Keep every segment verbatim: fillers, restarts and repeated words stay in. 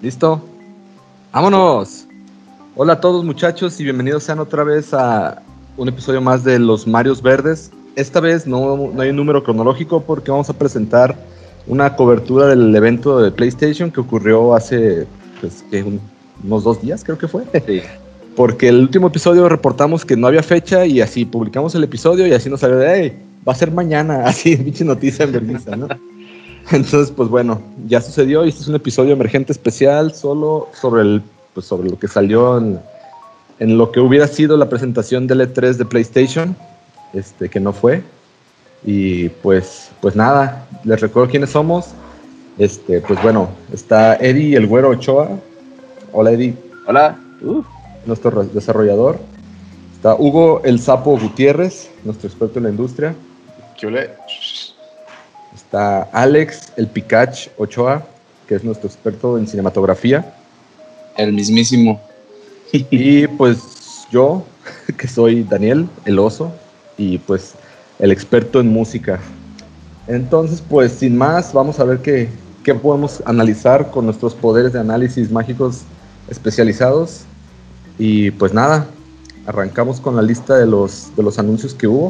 ¿Listo? ¡Vámonos! Hola a todos, muchachos, y bienvenidos sean otra vez a un episodio más de Los Marios Verdes. Esta vez no, no hay un número cronológico porque vamos a presentar una cobertura del evento de PlayStation que ocurrió hace pues, ¿qué? Un, unos dos días, creo que fue. Sí. Porque el último episodio reportamos que no había fecha y así publicamos el episodio y así nos salió de, hey, va a ser mañana, así, pinche noticia en vergüenza, ¿no? Entonces, pues bueno, ya sucedió y este es un episodio emergente especial solo sobre el, pues sobre lo que salió en, en lo que hubiera sido la presentación del E tres de PlayStation, este, que no fue. Y pues, pues nada, les recuerdo quiénes somos. Este, pues bueno, está Eddie el Güero Ochoa. Hola Eddie. Hola. Uh. Nuestro desarrollador. Está Hugo el Sapo Gutiérrez, nuestro experto en la industria. ¿Qué ole? Está Alex el Pikachu Ochoa, que es nuestro experto en cinematografía. El mismísimo. Y pues yo, que soy Daniel el Oso, y pues el experto en música. Entonces, pues sin más, vamos a ver qué, qué podemos analizar con nuestros poderes de análisis mágicos especializados. Y pues nada, arrancamos con la lista de los, de los anuncios que hubo.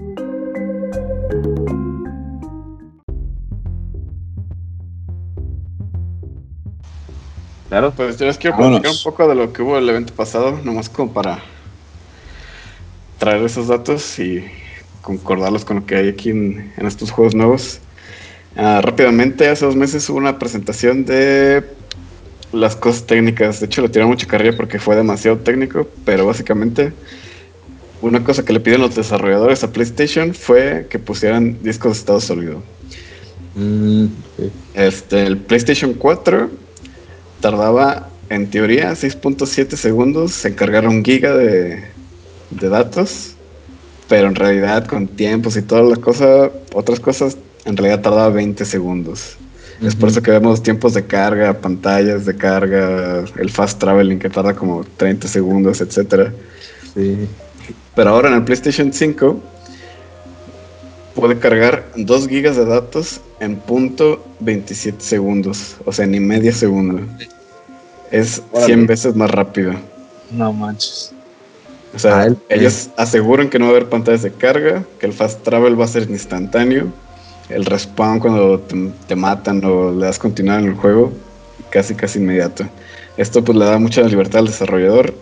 Claro, pues yo les quiero platicar un poco de lo que hubo el evento pasado, nomás como para traer esos datos y concordarlos con lo que hay aquí en, en estos juegos nuevos. Uh, rápidamente, hace dos meses hubo una presentación de las cosas técnicas. De hecho, le tiraron mucha carrilla porque fue demasiado técnico, pero básicamente una cosa que le piden los desarrolladores a PlayStation fue que pusieran discos de estado sólido. Mm, okay. Este, el PlayStation cuatro tardaba, en teoría, seis punto siete segundos en cargar un giga de, de datos, pero en realidad con tiempos y todas las cosas, otras cosas, en realidad tardaba veinte segundos. Uh-huh. Es por eso que vemos tiempos de carga, pantallas de carga, el fast traveling que tarda como treinta segundos, etcétera. Sí. Pero ahora en el PlayStation cinco puede cargar dos gigas de datos en punto veintisiete segundos, o sea, ni media segundo. Es Órale. cien veces más rápido. No manches. O sea, ah, el, ellos el... aseguran que no va a haber pantallas de carga, que el fast travel va a ser instantáneo, el respawn cuando te, te matan o le das continuar en el juego, casi casi inmediato. Esto pues le da mucha libertad al desarrollador.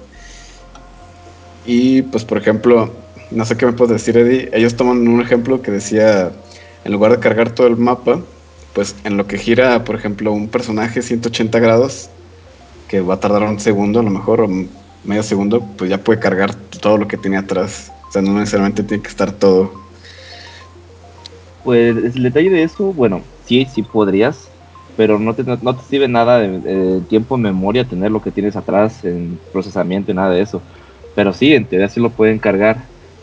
Y pues por ejemplo, no sé qué me puedes decir, Eddie, ellos toman un ejemplo que decía, en lugar de cargar todo el mapa, pues en lo que gira, por ejemplo, un personaje ciento ochenta grados, que va a tardar un segundo a lo mejor, o medio segundo, pues ya puede cargar todo lo que tenía atrás. O sea, no necesariamente tiene que estar todo. Pues el detalle de eso, bueno, sí, sí podrías, pero no te, no, no te sirve nada de, de tiempo en memoria tener lo que tienes atrás en procesamiento y nada de eso. Pero sí, en teoría sí lo pueden cargar.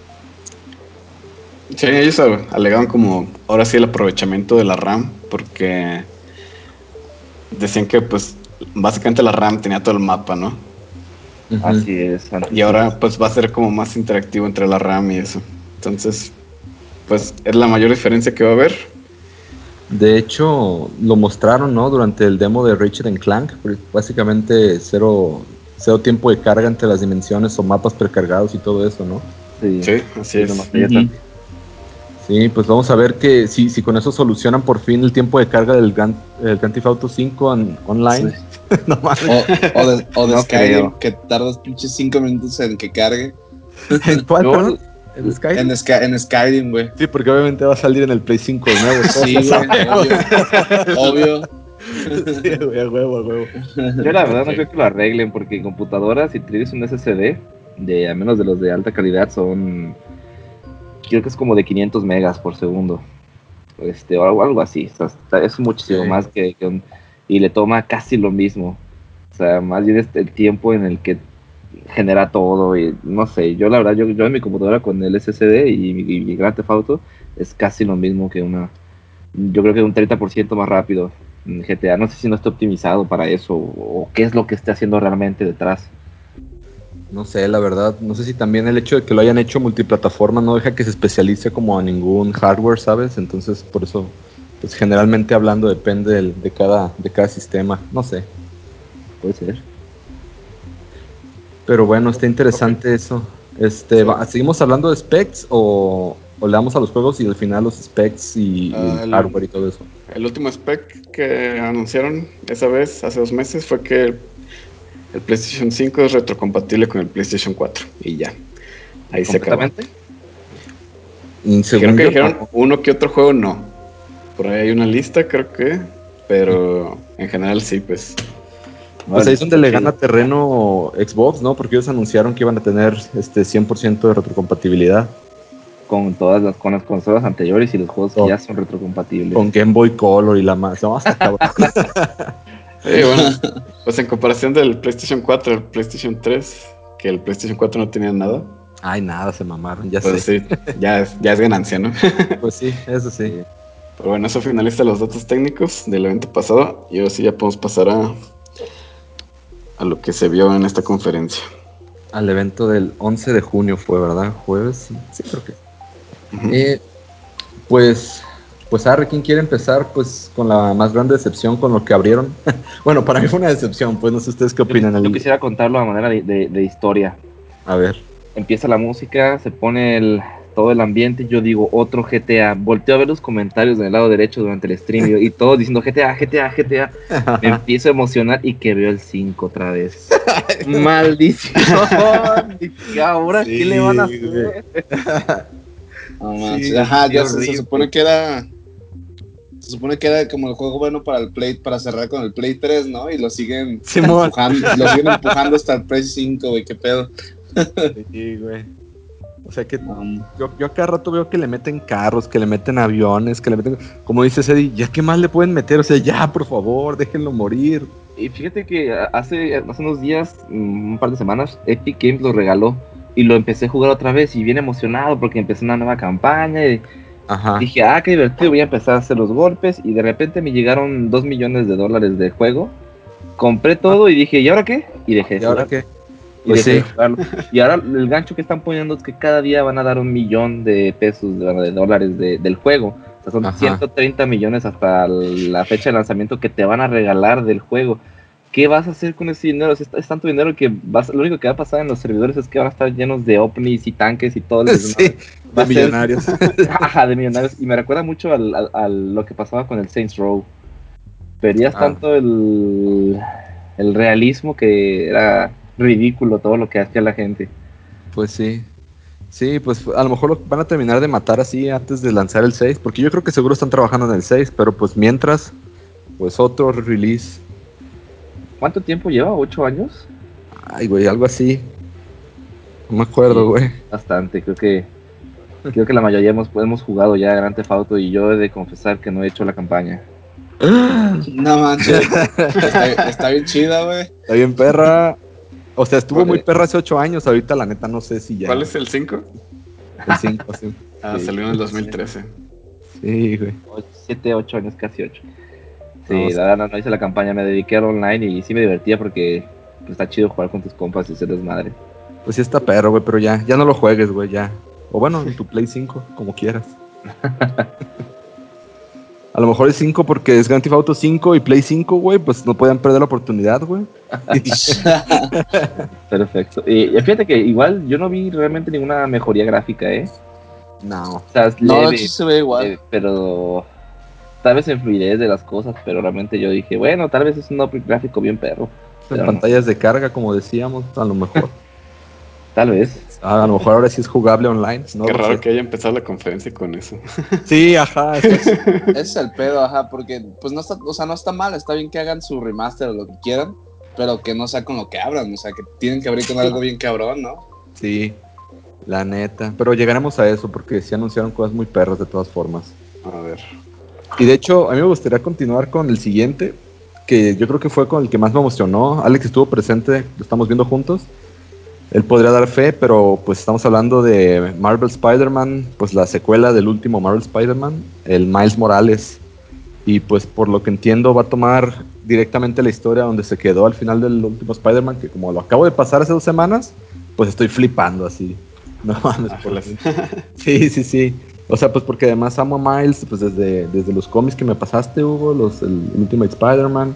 Sí, ellos alegaban como, ahora sí el aprovechamiento de la RAM, porque decían que pues básicamente la RAM tenía todo el mapa, ¿no? Uh-huh. Así es. Y ahora pues va a ser como más interactivo entre la RAM y eso. Entonces, pues es la mayor diferencia que va a haber. De hecho, lo mostraron, ¿no? Durante el demo de Ratchet and Clank, básicamente cero, cero tiempo de carga entre las dimensiones o mapas precargados y todo eso, ¿no? Sí, sí, así es. Uh-huh. Sí, pues vamos a ver que si, si con eso solucionan por fin el tiempo de carga del Grand, el Grand Theft Auto cinco en, online. Sí. No mames. O, o de, o de no Skyrim, creo. Que tardas pinches cinco minutos en que cargue. ¿En cuál, no, ¿En Skyrim? En, Sky, en Skyrim, güey. Sí, porque obviamente va a salir en el Play cinco nuevo. Sí, güey, obvio. Obvio. Sí, güey, a huevo, a huevo. Yo la verdad no creo que lo arreglen, porque en computadoras, si tienes un S S D, de, a menos de los de alta calidad, son... creo que es como de quinientos megas por segundo, este, o algo así, o sea, es muchísimo sí. más que, que un, y le toma casi lo mismo, o sea, más bien es el tiempo en el que genera todo, y no sé, yo la verdad, yo, yo en mi computadora con el S S D y mi, y mi Grand Theft Auto es casi lo mismo que una, yo creo que un treinta por ciento más rápido en G T A, no sé si no está optimizado para eso, o, o qué es lo que esté haciendo realmente detrás. No sé, la verdad, no sé si también el hecho de que lo hayan hecho multiplataforma no deja que se especialice como a ningún hardware, ¿sabes? Entonces, por eso, pues generalmente hablando depende del, de, cada, de cada sistema, no sé. Puede ser. Pero bueno, está interesante okay. eso. Este, sí. va, ¿Seguimos hablando de specs o, o le damos a los juegos y al final los specs y, uh, y el hardware y todo eso? El último spec que anunciaron esa vez, hace dos meses, fue que el, el PlayStation cinco es retrocompatible con el PlayStation cuatro. Y ya. Ahí se acabó. Creo que dijeron uno que otro juego no. Por ahí hay una lista, creo que. Pero en general sí, pues. Pues ahí es donde le gana terreno Xbox, ¿no? Porque ellos anunciaron que iban a tener este cien por ciento de retrocompatibilidad. Con todas las, con las consolas anteriores y los juegos oh. que ya son retrocompatibles. Con Game Boy Color y la más. No, hasta cabrón. Sí, bueno, pues en comparación del PlayStation cuatro al PlayStation tres, que el PlayStation cuatro no tenía nada. Ay, nada, se mamaron, ya pues sé. Sí, ya es, ya es ganancia, ¿no? Pues sí, eso sí. Pero bueno, eso finaliza los datos técnicos del evento pasado. Y ahora sí ya podemos pasar a, a lo que se vio en esta conferencia. Al evento del once de junio fue, ¿verdad? ¿Jueves? Sí, creo que. Uh-huh. eh, pues, pues Arre, ¿quién quiere empezar? Pues con la más grande decepción con lo que abrieron. Bueno, para mí fue una decepción, pues no sé ustedes qué opinan. Yo, yo quisiera contarlo a manera de, de, de historia. A ver. Empieza la música, se pone el, todo el ambiente, yo digo, otro G T A. Volteo a ver los comentarios del lado derecho durante el stream y, y todos diciendo G T A, G T A, G T A. Me empiezo a emocionar y que veo el cinco otra vez. ¡Maldición! ¿Y ahora sí, qué le van a hacer? No, sí, ajá, ya se, se supone que era... Se supone que era como el juego bueno para el Play, para cerrar con el Play tres, ¿no? Y lo siguen sí, empujando, lo siguen empujando hasta el Play cinco, güey, qué pedo. Sí, güey. O sea que um, yo, yo a cada rato veo que le meten carros, que le meten aviones, que le meten... Como dice Eddie, ¿ya qué más le pueden meter? O sea, ya, por favor, déjenlo morir. Y fíjate que hace, hace unos días, un par de semanas, Epic Games lo regaló. Y lo empecé a jugar otra vez y bien emocionado porque empecé una nueva campaña y Ajá. dije, ah, qué divertido, voy a empezar a hacer los golpes y de repente me llegaron dos millones de dólares de juego. Compré todo ah. y dije, ¿y ahora qué? Y dejé ¿Y ahora qué? Y, pues dejé sí. de jugarlo. Y ahora el gancho que están poniendo es que cada día van a dar un millón de pesos, de, de dólares de, del juego. O sea, son Ajá. ciento treinta millones hasta la fecha de lanzamiento que te van a regalar del juego. ¿Qué vas a hacer con ese dinero? Es, es tanto dinero que vas, lo único que va a pasar en los servidores es que van a estar llenos de ovnis y tanques y todo. El sí, de millonarios. Ser, ajá, de millonarios. Y me recuerda mucho al, al, a lo que pasaba con el Saints Row. Verías ah. tanto el, el realismo que era ridículo todo lo que hacía la gente. Pues sí. Sí, pues a lo mejor lo van a terminar de matar así antes de lanzar el seis, porque yo creo que seguro están trabajando en el seis, pero pues mientras, pues otro release. ¿Cuánto tiempo lleva? ¿Ocho años? Ay, güey, algo así. No me acuerdo, güey. Sí, bastante, creo que creo que la mayoría hemos, hemos jugado ya Grand Theft Auto y yo he de confesar que no he hecho la campaña. No manches. está, está bien chida, güey. Está bien perra. O sea, estuvo muy perra hace ocho años, ahorita la neta no sé si ya. ¿Cuál es el cinco? El cinco, sí. Ah, sí, salió en el dos mil trece. Sí, güey. siete, ocho años, casi ocho. Sí, no, la verdad no, no hice la campaña, me dediqué al online y sí me divertía porque pues, está chido jugar con tus compas y ser desmadre. Pues sí está perro, güey, pero ya, ya no lo juegues, güey, ya. O bueno, en tu Play cinco, como quieras. A lo mejor es cinco porque es Grand Theft Auto cinco y Play cinco, güey, pues no pueden perder la oportunidad, güey. Perfecto. Y fíjate que igual yo no vi realmente ninguna mejoría gráfica, ¿eh? No. O sea, es no, leve, sí se ve igual. Eh, pero... tal vez en fluidez de las cosas, pero realmente yo dije, bueno, tal vez es un upgrade gráfico bien perro. En pantallas no. de carga, como decíamos, a lo mejor. Tal vez. Ah, a lo mejor ahora sí es jugable online. ¿No? Qué raro sé. Que haya empezado la conferencia con eso. Sí, ajá. Ese es, ese es el pedo, ajá, porque pues no está, o sea, no está mal, está bien que hagan su remaster o lo que quieran, pero que no sea con lo que abran, o sea, que tienen que abrir con algo bien cabrón, ¿no? Sí, la neta. Pero llegaremos a eso, porque sí anunciaron cosas muy perras de todas formas. A ver... Y de hecho, a mí me gustaría continuar con el siguiente, que yo creo que fue con el que más me emocionó. Alex estuvo presente, lo estamos viendo juntos. Él podría dar fe, pero pues estamos hablando de Marvel Spider-Man, pues la secuela del último Marvel Spider-Man, el Miles Morales. Y pues por lo que entiendo va a tomar directamente la historia donde se quedó al final del último Spider-Man, que como lo acabo de pasar hace dos semanas, pues estoy flipando así. No mames, por las... Sí, sí, sí. O sea, pues porque además amo a Miles, pues desde, desde los cómics que me pasaste, Hugo, los, el Ultimate Spider-Man.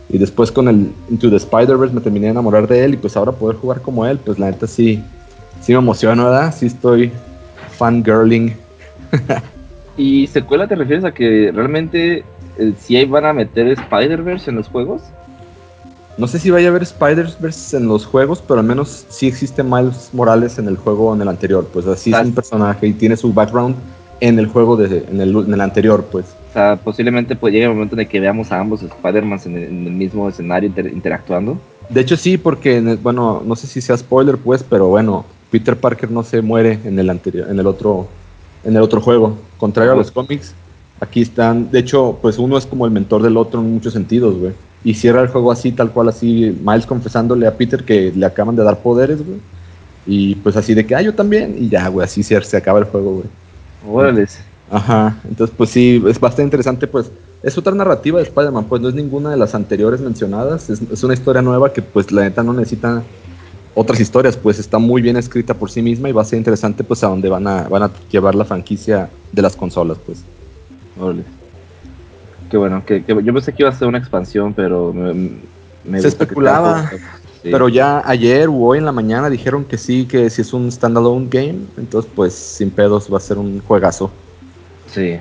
Y después con el Into the Spider-Verse me terminé de enamorar de él y pues ahora poder jugar como él, pues la neta sí, sí me emociona, ¿verdad? Sí estoy fangirling. ¿Y secuela te refieres a que realmente eh, sí van a meter Spider-Verse en los juegos? No sé si vaya a haber Spider-Verse en los juegos, pero al menos sí existe Miles Morales en el juego en el anterior, pues así es un personaje y tiene su background en el juego de, en, el, en el anterior, pues. O sea, posiblemente pues, llegue el momento en el que veamos a ambos Spider-Man en, en el mismo escenario inter, interactuando. De hecho sí, porque, bueno, no sé si sea spoiler, pues, pero bueno, Peter Parker no se muere en el anterior, en el otro, en el otro juego. Contrario a los cómics, aquí están, de hecho, pues uno es como el mentor del otro en muchos sentidos, güey. Y cierra el juego así, tal cual, así, Miles confesándole a Peter que le acaban de dar poderes, güey. Y pues así de que, ah, yo también. Y ya, güey, así se, se acaba el juego, güey. Órale. Ajá, entonces pues sí, es bastante interesante, pues. Es otra narrativa de Spider-Man, pues no es ninguna de las anteriores mencionadas. Es, es una historia nueva que, pues, la neta no necesita otras historias, pues está muy bien escrita por sí misma y va a ser interesante, pues, a dónde van a, van a llevar la franquicia de las consolas, pues. Órale. Qué bueno, que, que yo pensé que iba a ser una expansión, pero me, me se especulaba, que sí. Pero ya ayer o hoy en la mañana dijeron que sí, que si es un standalone game, entonces pues sin pedos va a ser un juegazo. Sí.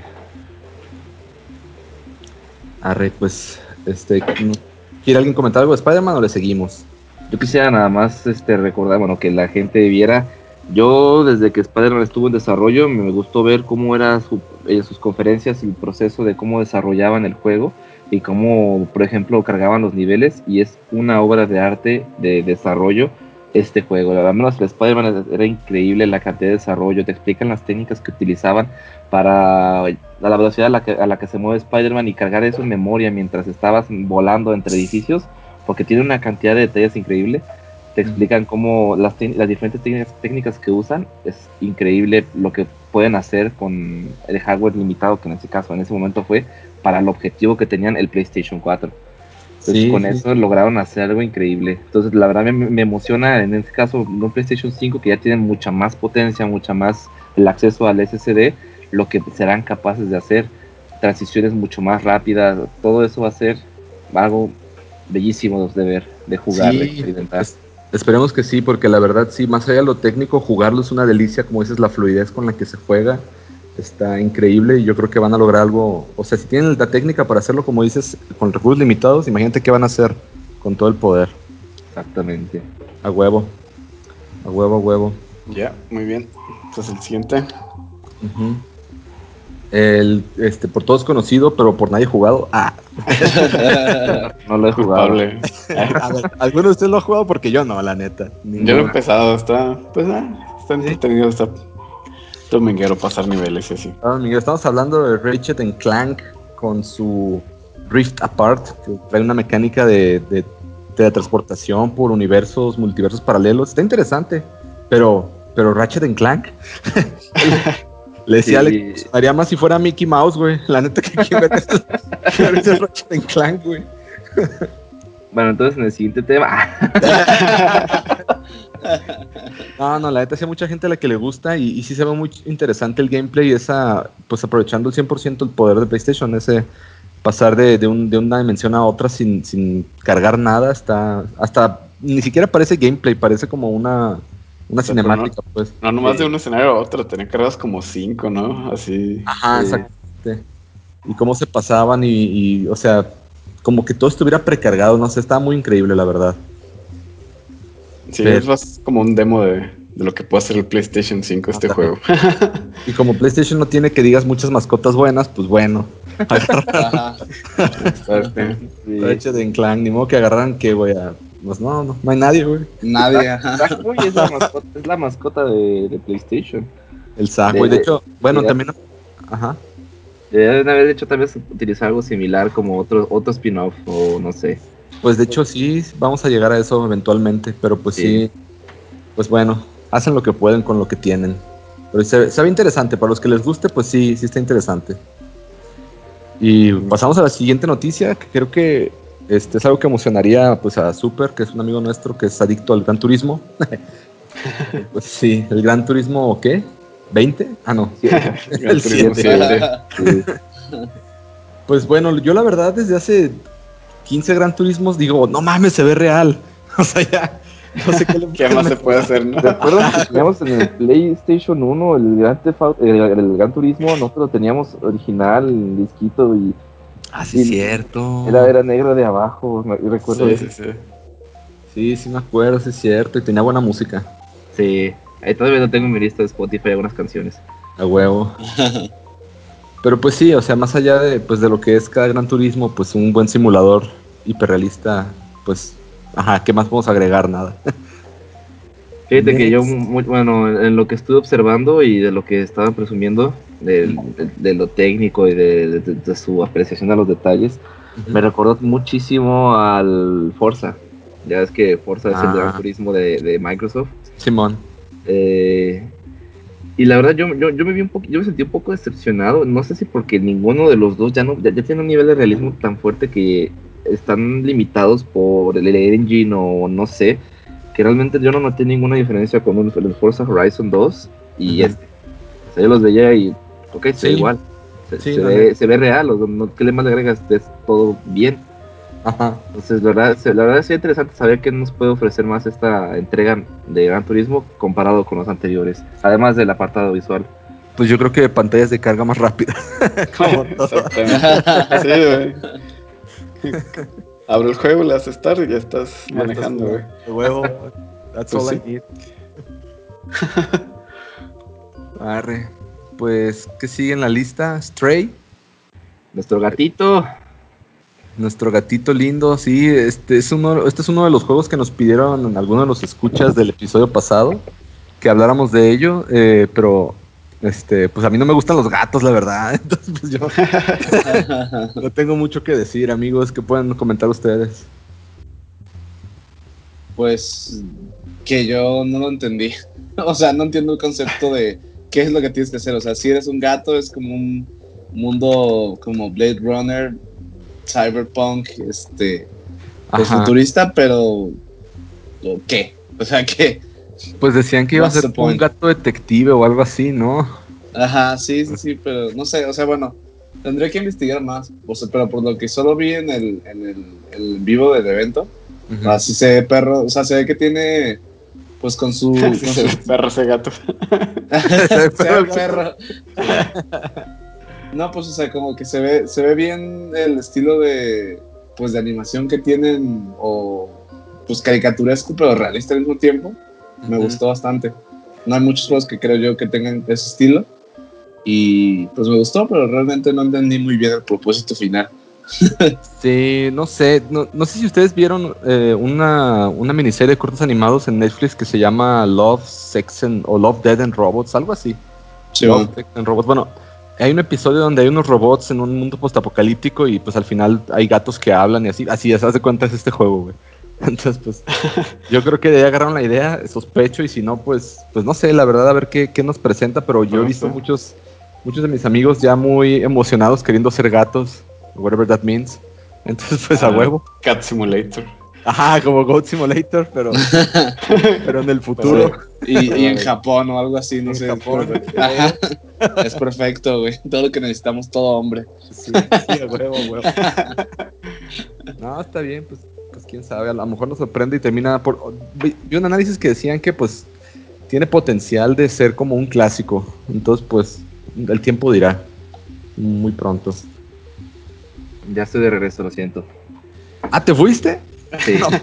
Arre, pues, este, ¿quiere alguien comentar algo de Spider-Man o le seguimos? Yo quisiera nada más este, recordar, bueno, que la gente viera. Yo, desde que Spider-Man estuvo en desarrollo, me gustó ver cómo eran su, eh, sus conferencias, el proceso de cómo desarrollaban el juego y cómo, por ejemplo, cargaban los niveles. Y es una obra de arte de desarrollo este juego. Al menos el Spider-Man era increíble la cantidad de desarrollo. Te explican las técnicas que utilizaban para a la velocidad a la que, a la que se mueve Spider-Man y cargar eso en memoria mientras estabas volando entre edificios, porque tiene una cantidad de detalles increíble. Te explican cómo las, las diferentes técnicas, técnicas que usan. Es increíble lo que pueden hacer con el hardware limitado, que en ese caso, en ese momento fue para el objetivo que tenían el PlayStation cuatro. Entonces, sí, con sí. eso lograron hacer algo increíble. Entonces, la verdad me, me emociona en este caso un PlayStation cinco que ya tiene mucha más potencia, mucha más el acceso al S S D, lo que serán capaces de hacer, transiciones mucho más rápidas. Todo eso va a ser algo bellísimo de ver, de jugar, sí, de experimentar. Es... Esperemos que sí, porque la verdad sí, más allá de lo técnico, jugarlo es una delicia, como dices, la fluidez con la que se juega está increíble y yo creo que van a lograr algo, o sea, si tienen la técnica para hacerlo, como dices, con recursos limitados, imagínate qué van a hacer con todo el poder. Exactamente. A huevo, a huevo, a huevo. Ya, yeah, muy bien. Entonces el siguiente. Uh-huh. El, este, por todos conocido, pero por nadie jugado. Ah. No lo he jugado. A ver, ¿alguno de ustedes lo ha jugado? Porque yo no, la neta. Ninguno. Yo lo he empezado, está, pues, ah, está entretenido, está dominguero pasar niveles y así. Ah, Miguel, estamos hablando de Ratchet and Clank con su Rift Apart, que trae una mecánica de, de teletransportación por universos, multiversos paralelos. Está interesante, pero, pero Ratchet and Clank. Le decía, sí. Le haría más si fuera Mickey Mouse, güey. La neta que quiero ver esto. Quiero ver ese Ratchet and Clank, güey. Bueno, entonces en el siguiente tema. No, no, la neta sí hay mucha gente a la que le gusta y, y sí se ve muy interesante el gameplay, esa, pues aprovechando el cien por ciento el poder de PlayStation, ese pasar de, de, un, de una dimensión a otra sin, sin cargar nada, está, hasta ni siquiera parece gameplay, parece como una... Una o sea, cinemática, no, pues. No, nomás sí. De un escenario a otro, tenía cargadas como cinco, ¿no? Así. Ajá, sí. Exactamente. Y cómo se pasaban y, y, o sea, como que todo estuviera precargado, no sé, estaba muy increíble, la verdad. Sí, Pero, es más como un demo de, de lo que puede hacer el PlayStation cinco este juego. Y como PlayStation no tiene que digas muchas mascotas buenas, pues bueno. Ajá. Ratchet and Clank, ni modo que agarraran que, güey, a... Pues no, no, no hay nadie, güey. Nadie, ajá. Sackboy es la mascota, es la mascota de, de PlayStation. El Sackboy, de, de hecho, bueno, de, también... Ajá. Deben haber hecho tal vez utilizar algo similar como otro, otro spin-off o no sé. Pues de hecho sí, vamos a llegar a eso eventualmente, pero pues sí, sí pues bueno, hacen lo que pueden con lo que tienen. Pero se, se ve interesante, para los que les guste, pues sí, sí está interesante. Y pasamos a la siguiente noticia, que creo que este es algo que emocionaría pues a Super, que es un amigo nuestro que es adicto al Gran Turismo. Pues sí, el Gran Turismo, ¿qué? ¿veinte? Ah, no. El siete. Sí. Pues bueno, yo la verdad desde hace quince Gran Turismos, digo, no mames, se ve real. O sea, ya, no sé qué, le ¿Qué más se puede hacer, ¿no? ¿Te acuerdas que teníamos en el PlayStation uno el Gran, Tefa, el, el Gran Turismo? Nosotros lo teníamos original, el disquito y... Ah, sí, es cierto. Era, era negro de abajo, me recuerdo. Sí, eso. sí, sí. Sí, sí me acuerdo, sí es cierto. Y tenía buena música. Sí, ahí todavía no tengo en mi lista de Spotify algunas canciones. A huevo. Pero pues sí, o sea, más allá de, pues, de lo que es cada Gran Turismo, pues un buen simulador hiperrealista, pues, ajá, ¿qué más podemos agregar? Nada. Fíjate que yo, muy, bueno, en lo que estuve observando y de lo que estaban presumiendo, de, de, de lo técnico y de, de, de su apreciación a los detalles, uh-huh. me recordó muchísimo al Forza. Ya ves que Forza ah. es el Gran Turismo de, de Microsoft. Simón. Eh, y la verdad yo, yo, yo me vi un poco, yo me sentí un poco decepcionado, no sé si porque ninguno de los dos ya no ya, ya tiene un nivel de realismo tan fuerte que están limitados por el engine o no sé, que realmente yo no noté ninguna diferencia con el, el Forza Horizon dos y uh-huh. este. O sea, yo los veía y ok, se sí. ve igual, se, sí, se, no, ve, no. se ve real, o no, ¿qué le más le agregas? Es todo bien. Ajá. Entonces la verdad, la verdad es interesante saber qué nos puede ofrecer más esta entrega de Gran Turismo comparado con los anteriores, además del apartado visual. Pues yo creo que pantallas de carga más rápidas. Como todo. Sí, güey. Abro el juego, le haces start y ya estás ya manejando, güey. El huevo. That's pues all sí. I need. Arre. Pues, ¿qué sigue en la lista? Stray. Nuestro gatito. Nuestro gatito lindo, sí, este es uno, este es uno de los juegos que nos pidieron algunos de los escuchas del episodio pasado, que habláramos de ello, eh, pero este, pues a mí no me gustan los gatos, la verdad, entonces pues yo no tengo mucho que decir, amigos, ¿qué pueden comentar ustedes? Pues que yo no lo entendí, o sea, no entiendo el concepto de qué es lo que tienes que hacer, o sea, si eres un gato es como un mundo como Blade Runner, Cyberpunk, este, pues futurista, pero ¿qué? O sea, ¿qué? Pues decían que iba a ser un gato detective o algo así, ¿no? Ajá, sí, sí, sí, pero no sé, o sea, bueno, tendría que investigar más, o sea, pero por lo que solo vi en el, en el, el vivo del evento, uh-huh. así se ve perro, o sea, se ve que tiene, pues con su... Con se ve su... perro ese gato. se ve perro. perro. No, pues, o sea, como que se ve, se ve bien el estilo de, pues, de animación que tienen, o, pues, caricaturesco, pero realista al mismo tiempo. Me uh-huh. gustó bastante. No hay muchos juegos que creo yo que tengan ese estilo. Y, pues, me gustó, pero realmente no entendí muy bien el propósito final. Sí, no sé, no, no sé si ustedes vieron eh, una, una miniserie de cortos animados en Netflix que se llama Love, Sex and, o Love, Dead and Robots, algo así. Sí, Love, Sex and Robots, bueno... Hay un episodio donde hay unos robots en un mundo postapocalíptico y pues al final hay gatos que hablan y así, así ya se hace cuenta es este juego, güey. Entonces pues yo creo que de ahí agarraron la idea, sospecho, y si no pues pues no sé, la verdad a ver qué, qué nos presenta, pero yo he visto muchos muchos de mis amigos ya muy emocionados queriendo ser gatos, whatever that means. Entonces pues ah, a huevo. Cat Simulator. Ajá, como Goat Simulator, pero pero en el futuro. Pero, y, y en Japón o algo así, no en sé. Japón. Ajá. Es perfecto, güey. Todo lo que necesitamos, todo hombre. Sí, sí, a huevo, a huevo. No, está bien, pues, pues quién sabe, a lo mejor nos sorprende y termina por... Vi un análisis que decían que pues tiene potencial de ser como un clásico. Entonces, pues, el tiempo dirá. Muy pronto. Ya estoy de regreso, lo siento. ¿Ah, te fuiste? Sí. No,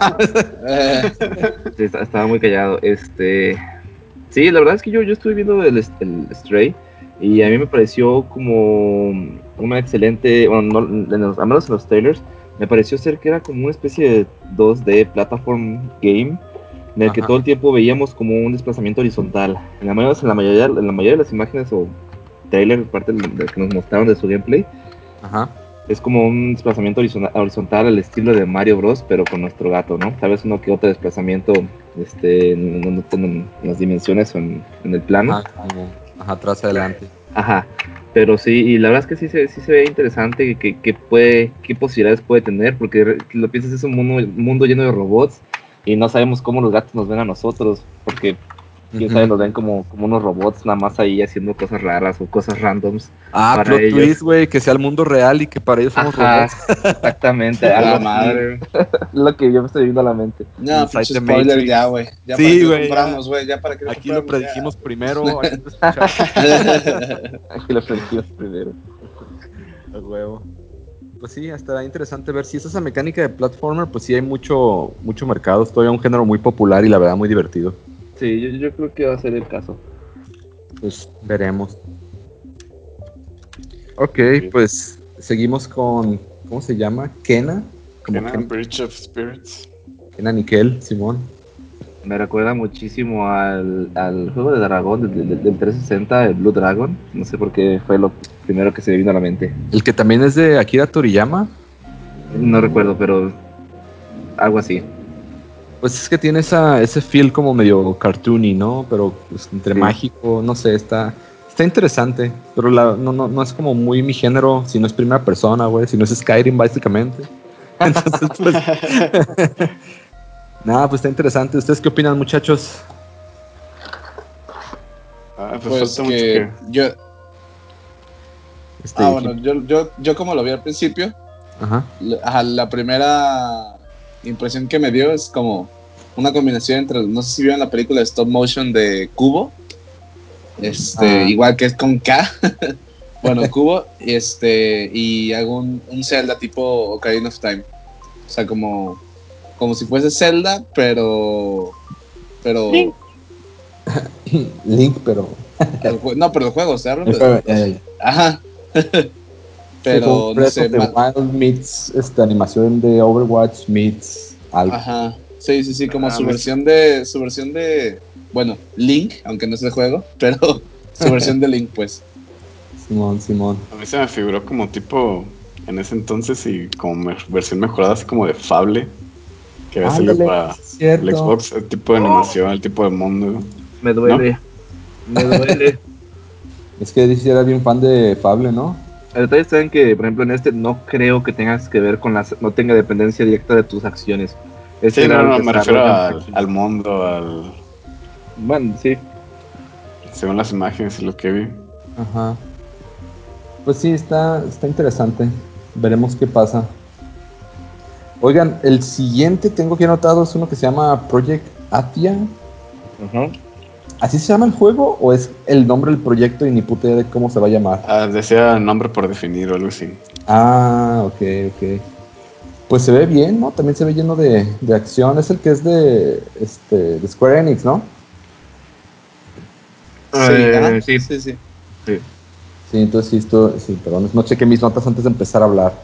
sí, estaba muy callado. Este, sí, la verdad es que yo, yo estuve viendo el, el Stray y a mí me pareció como una excelente, bueno, no, en los, al menos en los trailers, me pareció ser que era como una especie de dos D platform game en el Ajá. que todo el tiempo veíamos como un desplazamiento horizontal. En la mayoría, en la mayoría, en la mayoría de las imágenes o trailers, parte de, de que nos mostraron de su gameplay, Ajá. es como un desplazamiento horizontal al estilo de Mario Bros, pero con nuestro gato, ¿no? Tal vez uno que otro desplazamiento este, en, en, en las dimensiones o en, en el plano. Ajá, como, ajá, atrás adelante. Ajá, pero sí, y la verdad es que sí se, sí se ve interesante que, que puede, qué posibilidades puede tener, porque lo piensas, es un mundo, mundo lleno de robots y no sabemos cómo los gatos nos ven a nosotros, porque Quién sabe, nos ven como, como unos robots nada más ahí haciendo cosas raras o cosas randoms. Ah, plot twist, güey, que sea el mundo real y que para ellos somos Ajá, robots. Exactamente, La algo madre. lo que yo me estoy viendo a la mente. No, pinche spoiler Matrix. Ya, güey. Ya sí, para que güey, lo compramos, güey. Ya para que lo aquí lo predijimos ya. primero. Aquí lo Aquí lo predijimos primero. A huevo. Pues sí, estará interesante ver si es esa mecánica de platformer, pues sí hay mucho, mucho mercado. Es todavía un género muy popular y la verdad muy divertido. Sí, yo, yo creo que va a ser el caso. Pues veremos. Ok, pues seguimos con, ¿cómo se llama? Kena. Como Kena, Ken... Bridge of Spirits. Kena Nickel, Simón. Me recuerda muchísimo al, al juego de dragón del, del, del trescientos sesenta, el Blue Dragon. No sé por qué fue lo primero que se me vino a la mente. ¿El que también es de Akira Toriyama? No recuerdo, pero algo así. Pues es que tiene esa, ese feel como medio cartoony, ¿no? Pero pues, entre sí. mágico, no sé, está... Está interesante, pero la, no, no, no es como muy mi género, si no es primera persona, güey, si no es Skyrim, básicamente. Entonces, pues... Nada, pues está interesante. ¿Ustedes qué opinan, muchachos? Ah, pues, pues que, que yo... Este, ah, bueno, yo, yo, yo como lo vi al principio, Ajá. La, la primera impresión que me dio es como una combinación entre, no sé si vieron la película de stop motion de Kubo, este, ah. igual que es con K, bueno, Kubo, este, y hago un, un Zelda tipo Ocarina of Time, o sea, como, como si fuese Zelda, pero, pero... Link, Link pero... el, no, pero el juego, ¿se habla? Ajá. Pero sí, no sé, de ma- Wild meets esta animación de Overwatch meets algo. Ajá. Sí, sí, sí, como ah, su versión de su versión de bueno, Link, aunque no es el juego, pero su versión de Link, pues. Simón, Simón. A mí se me figuró como tipo en ese entonces y como me- versión mejorada así como de Fable, que había salido para cierto. el Xbox, el tipo de animación, el tipo de mundo. Me duele. ¿No? Me duele. Es que D C era bien fan de Fable, ¿no? El detalle está en que, por ejemplo, en este no creo que tengas que ver con las... No tenga dependencia directa de tus acciones. Este sí, no, no, me refiero al, al mundo, al... Bueno, sí. Según las imágenes y lo que vi. Ajá. Pues sí, está, está interesante. Veremos qué pasa. Oigan, el siguiente tengo aquí anotado es uno que se llama Project Athia. Ajá. ¿Así se llama el juego o es el nombre del proyecto y ni puta idea de cómo se va a llamar? Ah, decía nombre por definir o algo así. Ah, ok, ok. Pues se ve bien, ¿no? También se ve lleno de, de acción. Es el que es de, este, de Square Enix, ¿no? Sí, eh, sí, sí, sí. Sí, sí entonces sí, esto, sí, perdón, no chequé mis notas antes de empezar a hablar.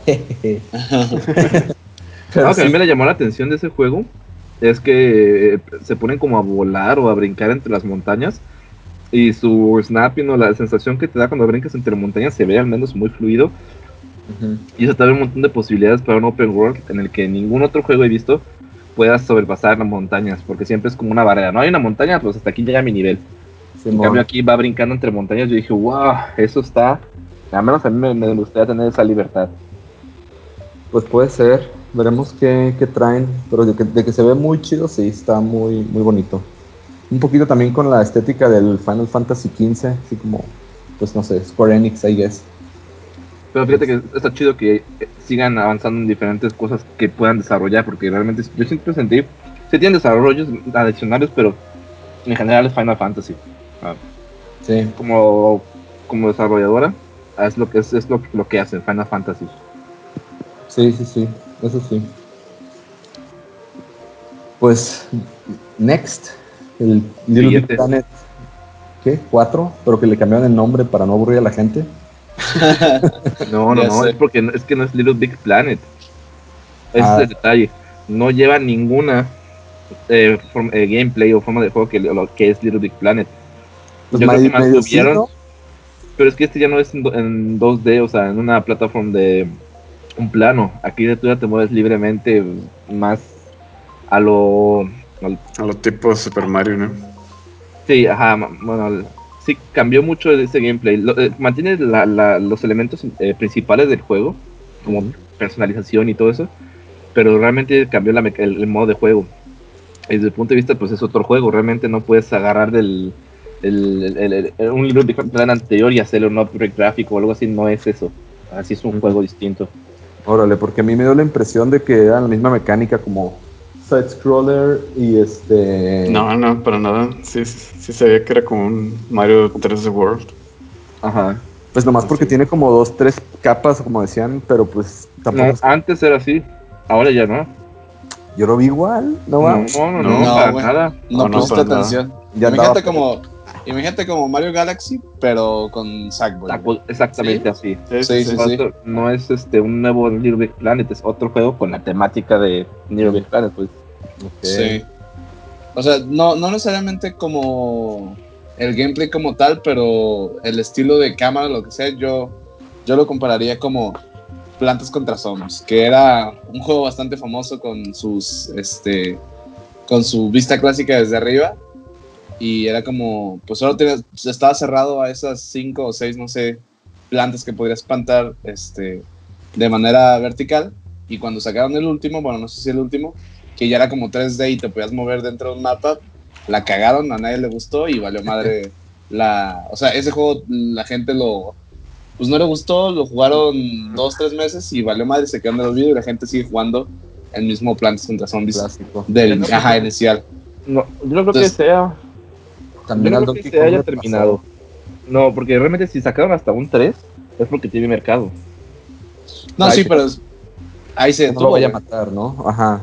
Pero algo que sí. A mí me llamó la atención de ese juego es que eh, se ponen como a volar o a brincar entre las montañas y su snapping o la sensación que te da cuando brincas entre montañas se ve al menos muy fluido. Uh-huh. Y eso te da un montón de posibilidades para un open world en el que ningún otro juego he visto puedas sobrepasar las montañas, porque siempre es como una barrera. No hay una montaña, pues hasta aquí llega mi nivel. Sí, en cambio aquí va brincando entre montañas. Yo dije, wow, eso está... Al menos a mí me, me gustaría tener esa libertad. Pues puede ser. Veremos qué, qué traen, pero de que, de que se ve muy chido, sí, está muy, muy bonito. Un poquito también con la estética del Final Fantasy quince, así como, pues no sé, Square Enix, I guess. Pero fíjate que está chido que sigan avanzando en diferentes cosas que puedan desarrollar, porque realmente yo siempre sentí, se tienen desarrollos adicionales, pero en general es Final Fantasy. Ah, sí. Como, como desarrolladora, es lo que, es, es lo, lo que hacen Final Fantasy. Sí, sí, sí. Eso sí. Pues, next, el Little Big Planet, ¿qué? ¿Cuatro? Pero que le cambiaron el nombre para no aburrir a la gente. no, no, no, es porque no, es que no es Little Big Planet. Ese ah. es el detalle. No lleva ninguna eh, form, eh, gameplay o forma de juego que lo que es Little Big Planet. Pues Yo medio, creo que mantuvieron, ¿no? Pero es que este ya no es en, en dos D, o sea, en una plataforma de un plano. Aquí de tú ya te mueves libremente, más a lo al, a lo tipo Super Mario, ¿no? Sí, ajá, bueno, sí cambió mucho ese gameplay. Lo, eh, mantiene la, la, los elementos eh, principales del juego, como personalización y todo eso, pero realmente cambió la, el, el modo de juego. desde el punto de vista, pues es otro juego. Realmente no puedes agarrar del el, el, el, el, un libro de plan anterior y hacerle un upgrade gráfico o algo así. No es eso. Así es un uh-huh. juego distinto. Órale, porque a mí me dio la impresión de que era la misma mecánica como side-scroller y este... No, no, para nada. Sí, sí, sí sabía que era como un Mario tres D World. Ajá. Pues nomás porque sí. tiene como dos, tres capas, como decían, pero pues tampoco... No, es... antes era así, ahora ya no. Yo lo vi igual, ¿no va? No, no, no, no, no para wey. nada. No, no pusiste no, atención. Ya imagínate como... Imagínate como Mario Galaxy, pero con Sackboy. Exactamente ¿Sí? así. Sí, sí, sí, sí. No es este un nuevo Little Big Planet, es otro juego con la temática de Little Big Planet, pues. Okay. Sí. O sea, no, no necesariamente como el gameplay como tal, pero el estilo de cámara, lo que sea, yo, yo lo compararía como Plantas contra Zombies, que era un juego bastante famoso con sus, este, con su vista clásica desde arriba. Y era como, pues solo tenías, estaba cerrado a esas cinco o seis, no sé, plantas que podrías plantar este, de manera vertical. Y cuando sacaron el último, bueno, no sé si el último, que ya era como tres D y te podías mover dentro de un mapa, la cagaron, a nadie le gustó y valió madre la... O sea, ese juego la gente lo... Pues no le gustó, lo jugaron dos, tres meses y valió madre, se quedó en el olvido y la gente sigue jugando el mismo Plantas contra Zombies clásico del ajá, inicial. No, yo no creo Entonces, que sea... También yo no creo que se haya terminado. Pasado. No, porque realmente si sacaron hasta un tres es porque tiene mercado. No, ahí sí, se... pero ahí se no lo vaya a matar, ¿no? Ajá.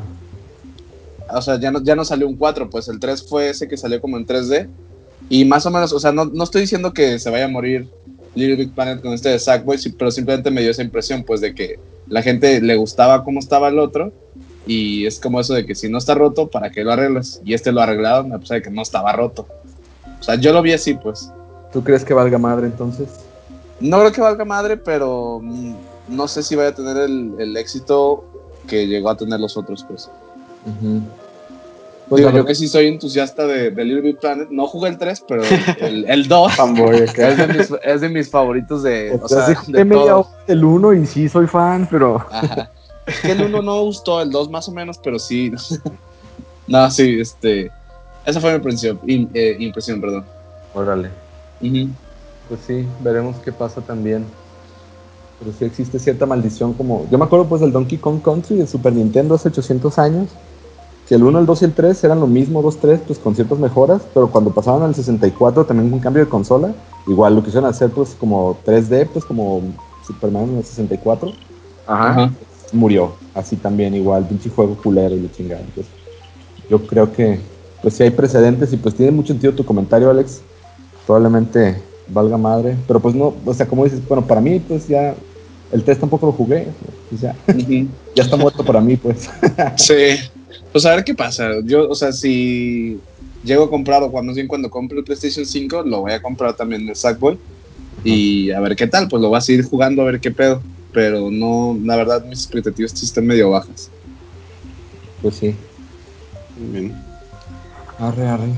O sea, ya no, ya no salió un cuatro, pues el tres fue ese que salió como en tres D. Y más o menos, o sea, no, no estoy diciendo que se vaya a morir Little Big Planet con este de Sackboy, pero simplemente me dio esa impresión, pues, de que la gente le gustaba cómo estaba el otro. Y es como eso de que si no está roto, ¿para qué lo arreglas? Y este lo arreglaron a pesar de que no estaba roto. O sea, yo lo vi así, pues. ¿Tú crees que valga madre, entonces? No creo que valga madre, pero mmm, no sé si vaya a tener el, el éxito que llegó a tener los otros, pues. Uh-huh. Pues Digo, yo que sí soy entusiasta de, de Little Big Planet. No jugué el tres, pero el, el dos Fanboy, okay. es, de mis, es de mis favoritos de... O, o sea, sea de todo. El uno y sí soy fan, pero... Ajá. Es que el uno no me gustó, el dos más o menos, pero sí... no, sí, este... Esa fue mi impresión, in, eh, impresión, perdón. Órale. Uh-huh. Pues sí, veremos qué pasa también. Pero sí existe cierta maldición como... Yo me acuerdo pues del Donkey Kong Country de Super Nintendo hace ochocientos años. Que el uno, el dos y el tres eran lo mismo, dos, tres, pues con ciertas mejoras. Pero cuando pasaban al sesenta y cuatro también con cambio de consola. Igual lo quisieron hacer pues como tres D, pues como Superman en el sesenta y cuatro. Ajá. Ajá. Murió. Así también igual, pinche juego culero y de chingada. Entonces, yo creo que... Pues sí hay precedentes y pues tiene mucho sentido tu comentario, Alex. Probablemente valga madre. Pero pues no, o sea, como dices, bueno, para mí pues ya el tres tampoco lo jugué. Pues ya, uh-huh. ya está muerto para mí, pues. Sí, pues a ver qué pasa. Yo, o sea, si llego a comprar o cuando, bien cuando compre el PlayStation cinco, lo voy a comprar también el Sackboy. Uh-huh. Y a ver qué tal, pues lo voy a seguir jugando a ver qué pedo. Pero no, la verdad mis expectativas sí están medio bajas. Pues sí. Muy bien. Arre, arre.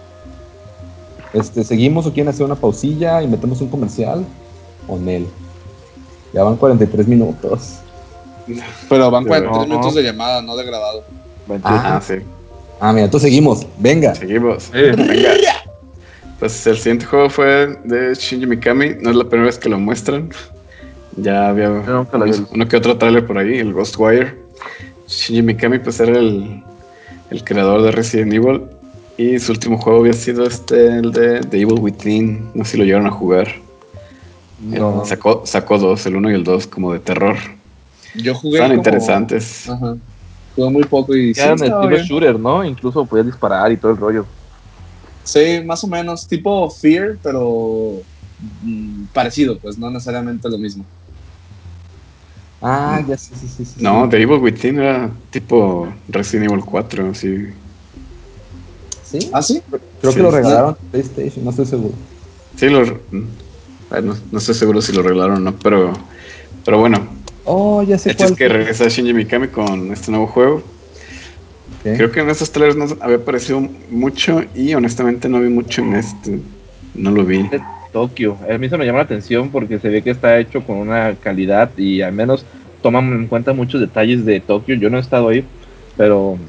Este, ¿seguimos o quieren hacer una pausilla y metemos un comercial? ¿O Nel? Ya van cuarenta y tres minutos. Pero van cuarenta y tres no. minutos de llamada, no de grabado. Ah, sí. Ah, mira, entonces seguimos. Venga. Seguimos. Sí, venga. Pues el siguiente juego fue de Shinji Mikami. No es la primera vez que lo muestran. Ya había no, uno, uno que otro trailer por ahí, el Ghostwire. Shinji Mikami pues era el, el creador de Resident Evil. Y su último juego había sido este, el de The Evil Within. No sé si lo llegaron a jugar. No. Sacó, sacó dos, el uno y el dos, como de terror. Yo jugué Están como... interesantes. Ajá. Jugué muy poco y... Eran sí, estilo bien. Shooter, ¿no? Incluso podías disparar y todo el rollo. Sí, más o menos. Tipo Fear, pero... Mmm, parecido, pues no necesariamente lo mismo. Ah, ya sí, sí, sí. sí no, sí. The Evil Within era tipo Resident Evil cuatro, así... ¿Sí? ¿Ah, sí? Creo sí, que lo regalaron en PlayStation, no estoy seguro. Sí, lo, no, no estoy seguro si lo regalaron o no, pero, pero bueno. Oh, ya sé cuál. Es que regresa Shinji Mikami con este nuevo juego. Okay. Creo que en estos trailers no había aparecido mucho y honestamente no vi mucho en este. No lo vi. De Tokio. A mí se me llama la atención porque se ve que está hecho con una calidad y al menos toman en cuenta muchos detalles de Tokio. Yo no he estado ahí, pero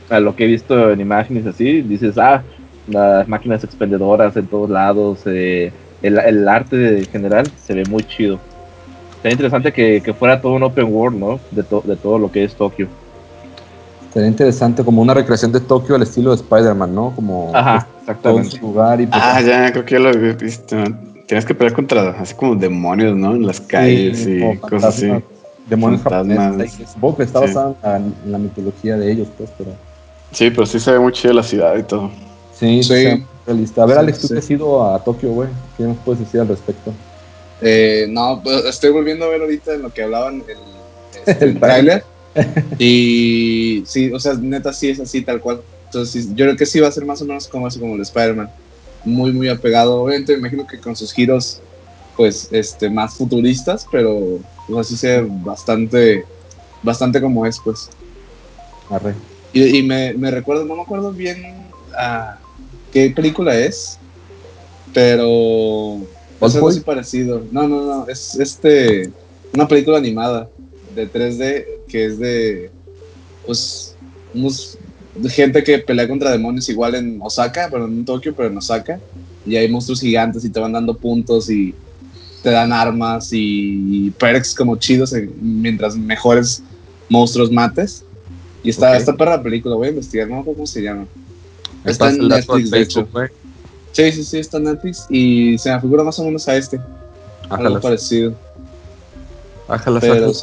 a lo que he visto en imágenes así, dices, ah, las máquinas expendedoras en todos lados, eh, el, el arte en general se ve muy chido. Sería interesante que, que fuera todo un open world, ¿no? De, to, de todo lo que es Tokio. Sería interesante, como una recreación de Tokio al estilo de Spider-Man, ¿no? Como Ajá, exactamente. todo su lugar y pues, ah, ya, creo que ya lo había visto. Tienes que pelear contra así como demonios, ¿no? En las calles sí, y cosas así. Demonios fantasmas. japoneses. Supongo que está Sí. basado en, en la mitología de ellos, pues, pero... Sí, pero sí se ve muy chido la ciudad y todo. Sí, Sí. sí. Realista. A ver, Sí, Alex, tú sí. que has ido a Tokio, güey. ¿Qué nos puedes decir al respecto? Eh, no, pues, estoy volviendo a ver ahorita en lo que hablaban el, este, El el tráiler. Y sí, o sea, neta sí es así tal cual. Entonces sí, yo creo que sí va a ser más o menos como eso, como el Spider-Man. Muy, muy apegado. Obviamente me imagino que con sus giros, pues, este, más futuristas, pero pues, así se ve bastante, bastante como es, pues. Arre. Y, y me, me recuerdo, no me acuerdo bien a qué película es, pero es algo así parecido. No, no, no, es este una película animada de tres D que es de pues unos de gente que pelea contra demonios igual en Osaka, pero no en Tokio, pero en Osaka, y hay monstruos gigantes y te van dando puntos y te dan armas y perks como chidos en- mientras mejores monstruos mates. Y está, Ok. está perra la película, voy a investigar, no me acuerdo cómo se llama. Me Está pasa en el dato Netflix, al de Facebook, hecho. güey. Sí, sí, sí, está en Netflix y se me figura más o menos a este, algo Ájalas. parecido. Ájalas, Pero ájalas. sí.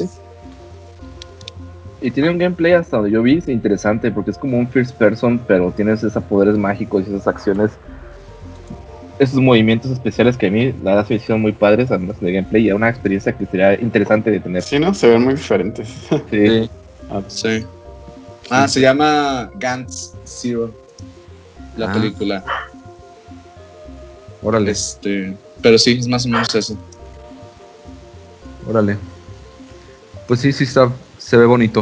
Y tiene un gameplay hasta donde yo vi interesante, porque es como un first person, pero tienes esos poderes mágicos y esas acciones, esos movimientos especiales que a mí la verdad se me hicieron muy padres, además de gameplay, y era una experiencia que sería interesante de tener. Sí, ¿no? Se ven muy diferentes. Sí. Sí. Ah, Sí. Ah, se llama Gantz Zero, la Ah. película. Órale, Este, pero sí, es más o menos eso. órale. Pues sí, sí está, se ve bonito.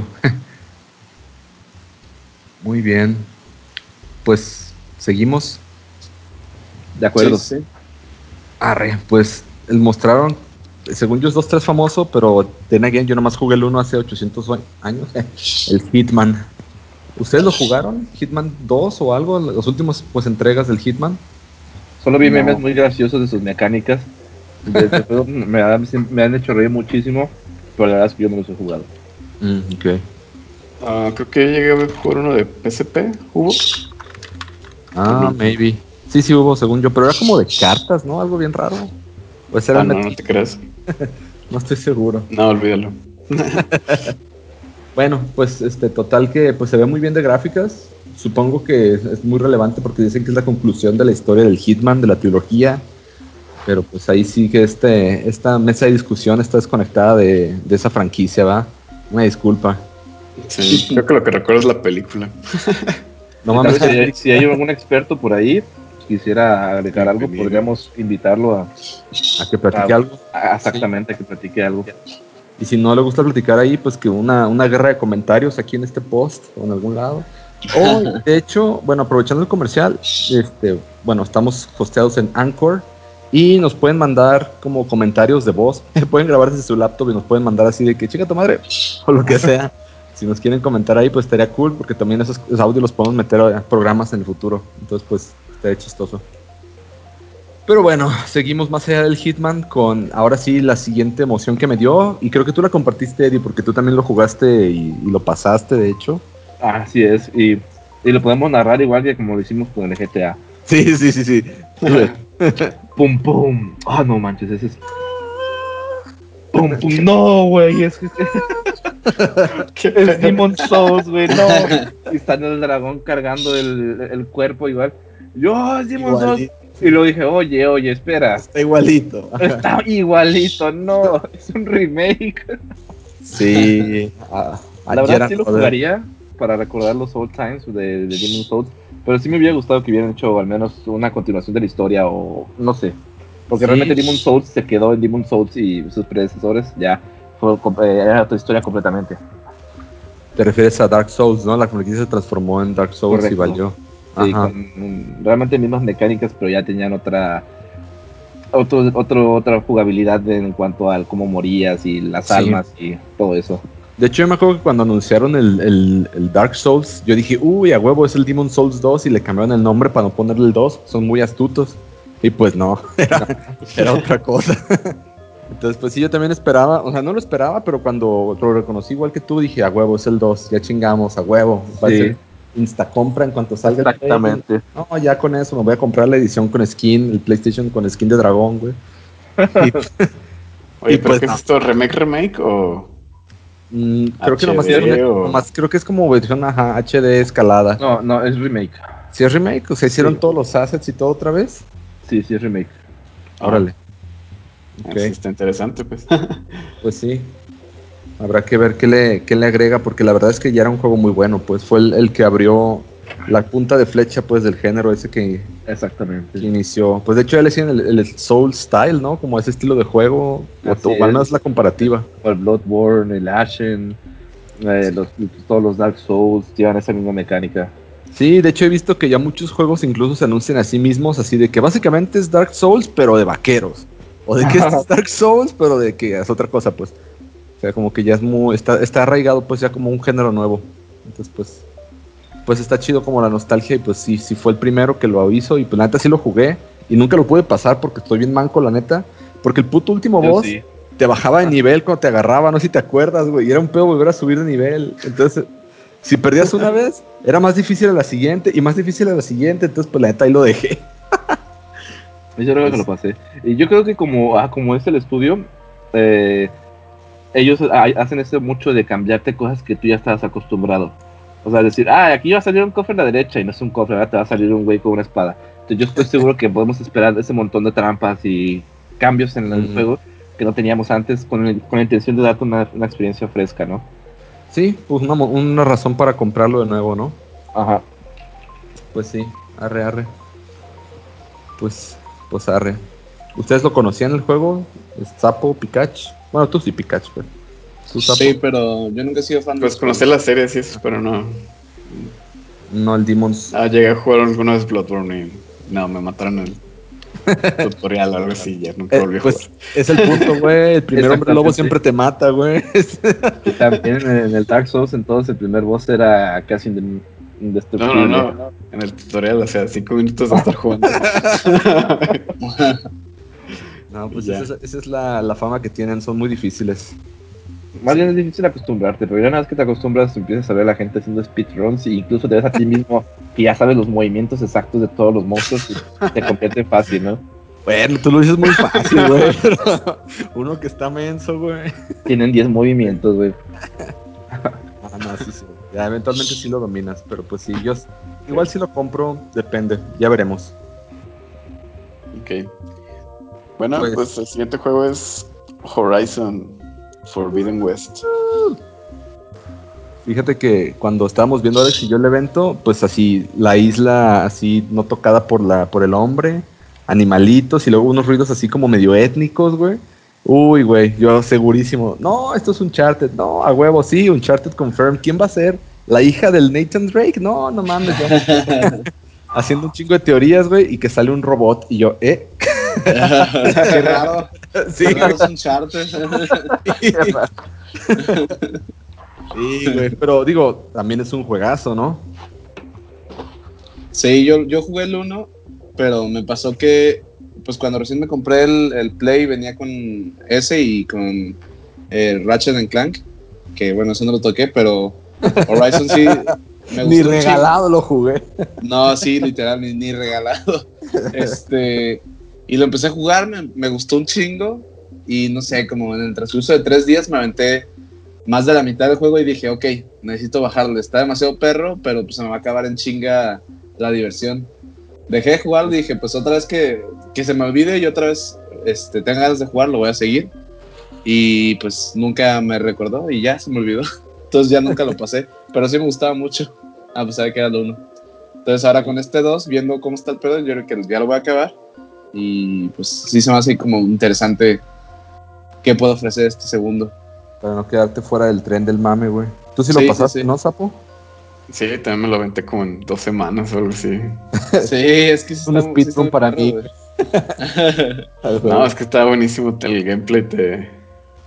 Muy bien. Pues seguimos. De acuerdo. Sí, sí. Arre, pues el mostraron, según yo es dos tres famoso, pero then again yo nomás jugué el uno hace ochocientos años, el Hitman. ¿Ustedes lo jugaron? ¿Hitman dos o algo? Las últimas pues entregas del Hitman. Solo vi No. memes muy graciosos de sus mecánicas. De este juego me, han, me han hecho reír muchísimo, pero la verdad es que yo no los he jugado. Mm, ok. ah, creo que llegué a ver jugar uno de P S P. ¿Hubo? Ah, maybe. Sí, sí hubo, según yo, pero era como de cartas, ¿no? Algo bien raro. Pues era Ah, el no, Met- no te creas. no estoy seguro. No, olvídalo. Bueno, pues este total que pues se ve muy bien de gráficas. Supongo que es, es muy relevante porque dicen que es la conclusión de la historia del Hitman, de la trilogía. Pero pues ahí sí que este, esta mesa de discusión está desconectada de, de esa franquicia, ¿va? Una disculpa. Sí, creo que lo que recuerdo es la película. No Tal mames, vez si, hay- si hay algún experto por ahí, quisiera agregar Sí, algo, bienvenido. podríamos invitarlo a, a que platique Ah. algo. a- exactamente a que platique algo. Y si no le gusta platicar ahí, pues que una, una guerra de comentarios aquí en este post o en algún lado. O, de hecho, bueno, aprovechando el comercial, este, bueno, estamos hosteados en Anchor y nos pueden mandar como comentarios de voz. Pueden grabar desde su laptop y nos pueden mandar así de que chica tu madre o lo que sea. Si nos quieren comentar ahí, pues estaría cool porque también esos, esos audios los podemos meter a programas en el futuro. Entonces, pues, estaría chistoso. Pero bueno, seguimos más allá del Hitman con ahora sí la siguiente emoción que me dio. Y creo que tú la compartiste, Eddie, porque tú también lo jugaste y, y lo pasaste, de hecho. Así es, y, y lo podemos narrar igual que como lo hicimos con el G T A. Sí, sí, sí, sí. Pum, pum. Ah, no manches, ese es. Pum, pum. No, güey, es que es Demon Souls, güey, no. Y está en el dragón cargando el, el cuerpo igual. Yo, oh, es Demon Souls. Igualito. Y lo dije, oye, oye, espera. Está igualito. Está igualito, no. Es un remake. Sí. a- La ayer verdad sí lo acordé. jugaría para recordar los old times de, de Demon Souls, pero sí me hubiera gustado que hubieran hecho al menos una continuación de la historia o no sé, porque Sí. realmente Demon Souls se quedó en Demon Souls y sus predecesores ya fue, com- eh, era otra historia completamente. Te refieres a Dark Souls, ¿no? La franquicia se transformó en Dark Souls y Correcto. valió. Sí, Ajá. con mm, realmente mismas mecánicas, pero ya tenían otra otro, otro, otra jugabilidad en cuanto al cómo morías y las Sí. almas y todo eso. De hecho, yo me acuerdo que cuando anunciaron el, el, el Dark Souls, yo dije, uy, a huevo, es el Demon Souls dos y le cambiaron el nombre para no ponerle el dos. Son muy astutos. Y pues no, era, era otra cosa. Entonces, pues sí, yo también esperaba, o sea, no lo esperaba, pero cuando lo reconocí igual que tú, dije, a huevo, es el dos, ya chingamos, a huevo. Va sí. a ser insta compra en cuanto salga. Exactamente. El play. No, ya con eso me voy a comprar la edición con skin, el PlayStation con skin de dragón, güey. Y, Oye, y ¿pero pues, qué no. es esto? ¿Remake, remake o...? Mm, creo H D que nomás, es, o... nomás creo que es como versión ajá, H D escalada. No, no, es remake. ¿Sí es remake? O sea, ¿hicieron sí. todos los assets y todo otra vez? Sí, sí es remake. Órale. Ah, okay. Sí, está interesante, pues. Pues sí. Habrá que ver qué le, qué le agrega, porque la verdad es que ya era un juego muy bueno, pues fue el, el que abrió la punta de flecha, pues, del género ese que, Exactamente. que inició. Pues de hecho ya le decían el, el Soul Style, ¿no? Como ese estilo de juego, o, o al menos la comparativa. El Bloodborne, el Ashen, eh, los, todos los Dark Souls llevan esa misma mecánica. Sí, de hecho he visto que ya muchos juegos incluso se anuncian a sí mismos, así de que básicamente es Dark Souls, pero de vaqueros. O de que es Dark Souls, pero de que es otra cosa, pues. O sea, como que ya es muy... Está, está arraigado, pues, ya como un género nuevo. Entonces, pues... Pues está chido como la nostalgia y pues sí, sí fue el primero que lo aviso y pues la neta sí lo jugué. Y nunca lo pude pasar porque estoy bien manco, la neta. Porque el puto último Yo boss sí. te bajaba de nivel cuando te agarraba, no sé si te acuerdas, güey. Y era un pedo volver a subir de nivel. Entonces... Si perdías una vez, era más difícil a la siguiente y más difícil a la siguiente, entonces pues la neta ahí lo dejé. Yo creo que lo pasé. Y yo creo que como, ah, como es el estudio, eh, ellos hacen eso mucho de cambiarte cosas que tú ya estabas acostumbrado. O sea, decir, ah, aquí va a salir un cofre a la derecha y no es un cofre, ahora te va a salir un güey con una espada. Entonces yo estoy seguro que podemos esperar ese montón de trampas y cambios en el mm. juego que no teníamos antes con, el, con la intención de darte una, una experiencia fresca, ¿no? Sí, pues una, una razón para comprarlo de nuevo, ¿no? Ajá. Pues sí, arre, arre. Pues, pues arre. ¿Ustedes lo conocían el juego? ¿Sapo, Pikachu? Bueno, tú sí, Pikachu, pero... Sí, pero yo nunca he sido fan. Pues conocí las series y eso, pero no... No, el Demon's... Ah, llegué a jugar alguna vez Bloodborne y... No, me mataron el... tutorial o algo así, ya nunca volví a jugar. Pues es el punto, güey. El primer hombre lobo siempre te mata, güey. También en el Dark Souls, entonces el primer boss era casi indestructible. No, no, no. En el tutorial, o sea, cinco minutos de estar jugando. No, pues esa es, esa es la, la fama que tienen, son muy difíciles. Más bien es difícil acostumbrarte, pero ya una vez que te acostumbras empiezas a ver a la gente haciendo speedruns e incluso te ves a ti mismo que ya sabes los movimientos exactos de todos los monstruos y te convierte fácil, ¿no? Bueno, tú lo dices muy fácil, güey, pero uno que está menso, güey. Tienen diez movimientos, güey. Ah, no, sí, sí. Ya eventualmente sí lo dominas, pero pues sí, yo igual si lo compro, depende, ya veremos. Ok. Bueno, pues, pues el siguiente juego es Horizon Forbidden West. Fíjate que cuando estábamos viendo Alex y yo el evento, pues así, la isla así no tocada por la por el hombre, animalitos y luego unos ruidos así como medio étnicos, güey. Uy, güey, yo segurísimo. No, esto es Uncharted. No, a huevo, sí, Uncharted confirmed. ¿Quién va a ser? ¿La hija del Nathan Drake? No, no mames. Haciendo un chingo de teorías, güey, y que sale un robot y yo, ¿eh? Qué raro. Sí, Qué raro es Uncharted. Sí, güey, pero digo, también es un juegazo, ¿no? Sí, yo, yo jugué el uno, pero me pasó que, pues cuando recién me compré el, el Play, venía con ese y con eh, Ratchet and Clank, que bueno, eso no lo toqué, pero Horizon sí me gustó. Ni regalado lo jugué. No, sí, literal, ni, ni regalado. Este, y lo empecé a jugar, me, me gustó un chingo, y no sé, como en el transcurso de tres días me aventé más de la mitad del juego y dije, ok, necesito bajarlo, está demasiado perro, pero pues se me va a acabar en chinga la diversión. Dejé de jugarlo y dije, pues otra vez que, que se me olvide y otra vez este, tenga ganas de jugar, lo voy a seguir. Y pues nunca me recordó y ya se me olvidó. Entonces ya nunca lo pasé, pero sí me gustaba mucho, a pesar de que era el uno. Entonces ahora con este dos, viendo cómo está el pedo, yo creo que ya lo voy a acabar. Y pues sí se me hace como interesante qué puede ofrecer este segundo. Para no quedarte fuera del tren del mame, güey. ¿Tú sí lo sí, pasaste, sí, sí. ¿no, Sapo? Sí, también me lo aventé como en dos semanas o algo así. Sí, es que es un speedrun sí para mí. No, es que estaba buenísimo el gameplay. Te,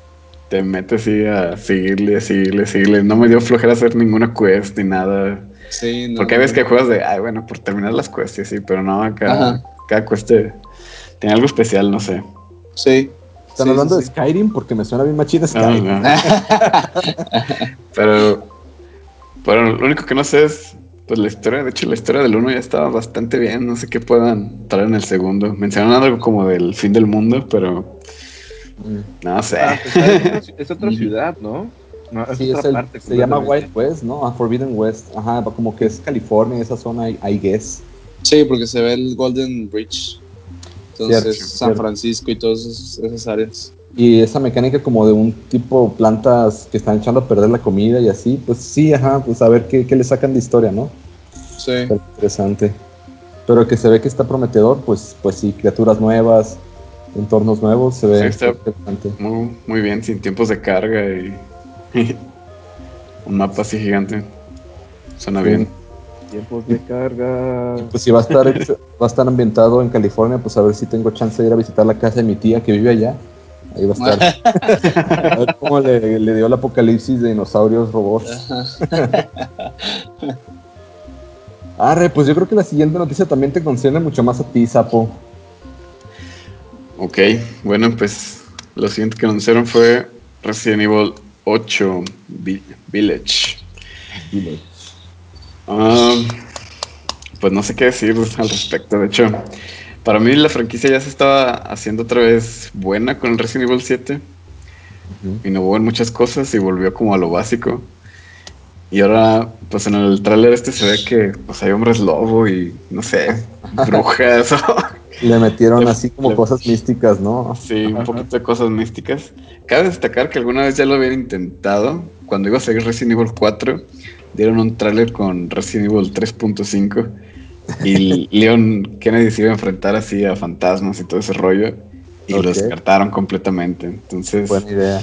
te metes así a seguirle, a seguirle, a seguirle. No me dio flojera hacer ninguna quest ni nada. Sí, no. Porque hay veces que juegas de, ay, bueno, por terminar las quests y así, pero no, cada, cada quest tiene algo especial, no sé. Sí. ¿Están sí, hablando sí, de sí. Skyrim? Porque me suena bien machín Skyrim. No, no. pero, pero lo único que no sé es, pues la historia, de hecho la historia del uno ya estaba bastante bien, no sé qué puedan traer en el segundo. Mencionaron algo como del fin del mundo, pero Mm. no sé. Ah, pues, es, otra, es otra ciudad, ¿no? No, es Sí, otra es el- parte. se llama completamente. Wild West, ¿no? Ah, Forbidden West. Ajá, como que es California, esa zona, I, I guess. Sí, porque se ve el Golden Bridge. Entonces, Cierto, San cierto. Francisco y todas esas, esas áreas. Y esa mecánica como de un tipo plantas que están echando a perder la comida y así, pues sí, ajá, pues a ver qué, qué le sacan de historia, ¿no? Sí. Está interesante. Pero que se ve que está prometedor, pues, pues sí, criaturas nuevas, entornos nuevos, se ve Sí, está- interesante. Muy, muy bien, sin tiempos de carga y un mapa así gigante. Suena Sí. bien. Tiempos de carga. Pues si va a estar hecho- va a estar ambientado en California, pues a ver si tengo chance de ir a visitar la casa de mi tía que vive allá. Ahí va a estar. A ver cómo le, le dio el apocalipsis de dinosaurios robots. Arre, pues yo creo que la siguiente noticia también te concierne mucho más a ti, Sapo. Ok, bueno, pues lo siguiente que anunciaron fue Resident Evil ocho Vi- Village. Ah, pues no sé qué decir al respecto. De hecho, para mí la franquicia ya se estaba haciendo otra vez buena con el Resident Evil siete. Ujú. Innovó en muchas cosas y volvió como a lo básico. Y ahora, pues en el tráiler este se ve que pues hay hombres lobo y no sé, brujas o Le metieron Le- así como le- cosas místicas, ¿no? sí, un Ajá. poquito de cosas místicas. Cabe destacar que alguna vez ya lo habían intentado. Cuando iba a salir Resident Evil cuatro, dieron un tráiler con Resident Evil tres punto cinco y Leon Kennedy se iba a enfrentar así a fantasmas y todo ese rollo y lo Ok. descartaron completamente. Entonces, Buena idea.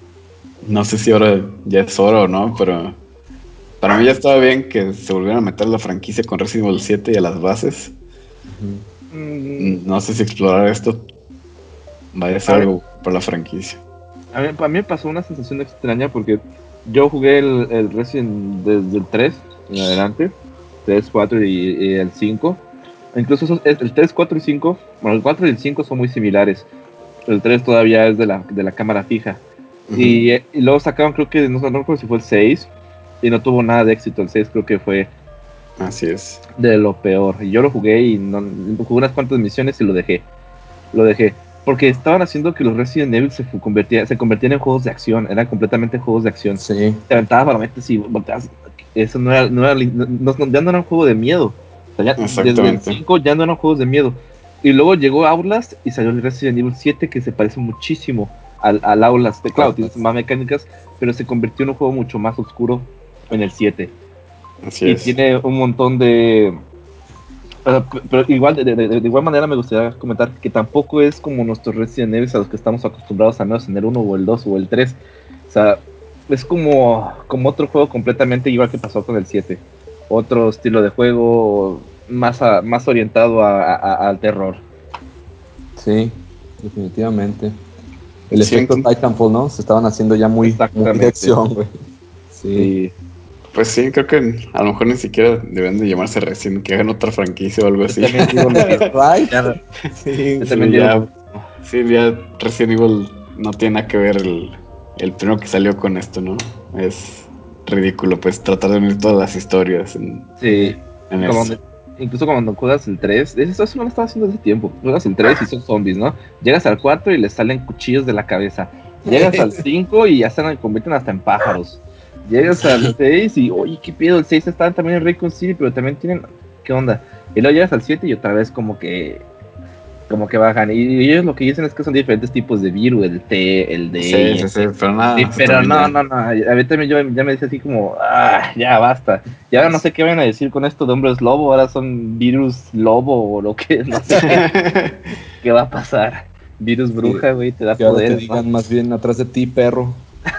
no sé si ahora ya es hora o no, pero para mí ya estaba bien que se volvieran a meter la franquicia con Resident Evil siete y a las bases. Ujú. Mm, No sé si explorar esto vaya a ser A ver. algo para la franquicia. A mí, a mí me pasó una sensación extraña porque yo jugué el, el Resident desde el tres en adelante, tres, cuatro y, y el cinco. Incluso esos- el tres, cuatro y cinco, bueno, el cuatro y el cinco son muy similares. El tres todavía es de la, de la cámara fija. Ujú. Y, eh, y luego sacaron, creo que, no, no recuerdo si fue el seis, y no tuvo nada de éxito. El seis creo que fue Así es. de lo peor. Y yo lo jugué y no, jugué unas cuantas misiones y lo dejé. Lo dejé. Porque estaban haciendo que los Resident Evil se, fu- convertía- se convertían en juegos de acción. Eran completamente juegos de acción. Sí. Te aventabas palometas y volteabas. Eso no era, no era, no- no- ya no era un juego de miedo. O sea, ya- desde el Exactamente. cinco ya no eran juegos de miedo. Y luego llegó Outlast y salió el Resident Evil siete que se parece muchísimo al, al Outlast. Claro, tienes más mecánicas, pero se convirtió en un juego mucho más oscuro en el siete. Así Y es. tiene un montón de... Pero, pero igual, de, de- de- de igual manera me gustaría comentar que tampoco es como nuestros Resident Evil a los que estamos acostumbrados a menos en el uno o el dos o el tres. O sea, es como, como otro juego completamente igual que pasó con el siete. Otro estilo de juego más, a- más orientado a- a- a- al terror. Sí, definitivamente. El Sí, efecto entonces- Titanfall, ¿no? Se estaban haciendo ya muy, muy Exactamente. de acción, güey. Sí. Y Pues sí, creo que a lo mejor ni siquiera deben de llamarse Resident, que hagan otra franquicia o algo así. yo también digo lo mismo. Right? Ya- Sí, yo Sí, también digo ya, lo mismo. sí, ya Resident Evil no tiene nada que ver el, el primero que salió con esto, ¿no? Es ridículo, pues, tratar de unir todas las historias en, Sí. en Como esto. donde- incluso cuando juegas el tres, eso, eso no lo estaba haciendo hace tiempo. Juegas el tres y son zombies, ¿no? Llegas al cuatro y les salen cuchillos de la cabeza. Llegas al cinco y ya se convierten hasta en pájaros. Llegas al seis y, oye, qué pedo, el seis está también en Raycon City, pero también tienen, ¿qué onda? Y luego llegas al siete y otra vez como que, como que bajan. Y ellos lo que dicen es que son diferentes tipos de virus, el T, el D. Sí, y sí, el sí, pero nada. Sí, eso pero también no, ya- no, no, a mí también yo, ya me decía así como, ah, ya basta. Y ahora no sé qué van a decir con esto de hombres lobo, ahora son virus lobo o lo que, no sé qué, qué va a pasar. Virus bruja, güey, te da Que ahora te poderes, digan ¿no? más bien atrás de ti, perro.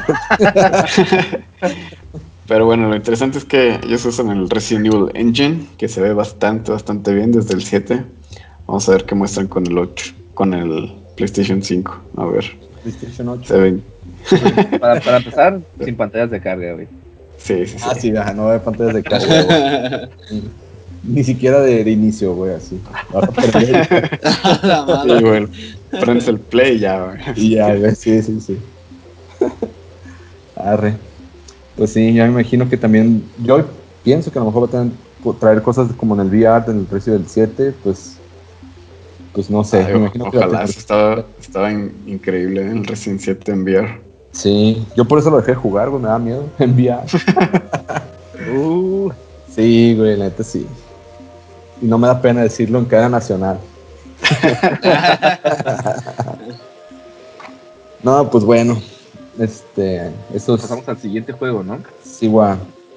Pero bueno, lo interesante es que ellos usan el Resident Evil Engine, que se ve bastante, bastante bien desde el siete. Vamos a ver qué muestran con el ocho, con el PlayStation cinco. A ver. PlayStation ocho. Se ven. Para, para empezar, sin pantallas de carga, güey. Sí, sí, sí. Ah, sí, ajá, no hay pantallas de carga, güey. Ni siquiera de, de inicio, güey, así. Vas a perder. La madre. Sí, güey. Prendes el play y ya, güey. Y ya, güey, sí, sí, sí. Arre. Pues sí, ya me imagino que también. Yo pienso que a lo mejor va a tener, traer cosas como en el V R, en el Resident siete, pues. Pues no sé. Ay, me imagino que ojalá, va a eso tener- estaba, estaba in- increíble el Resident siete en V R. Sí, yo por eso lo dejé de jugar, güey, me da miedo. En V R. uh, sí, güey, la neta sí. Y no me da pena decirlo en cadena nacional. No, pues bueno. Este. Eso es. Pasamos al siguiente juego, ¿no? Sí, guau.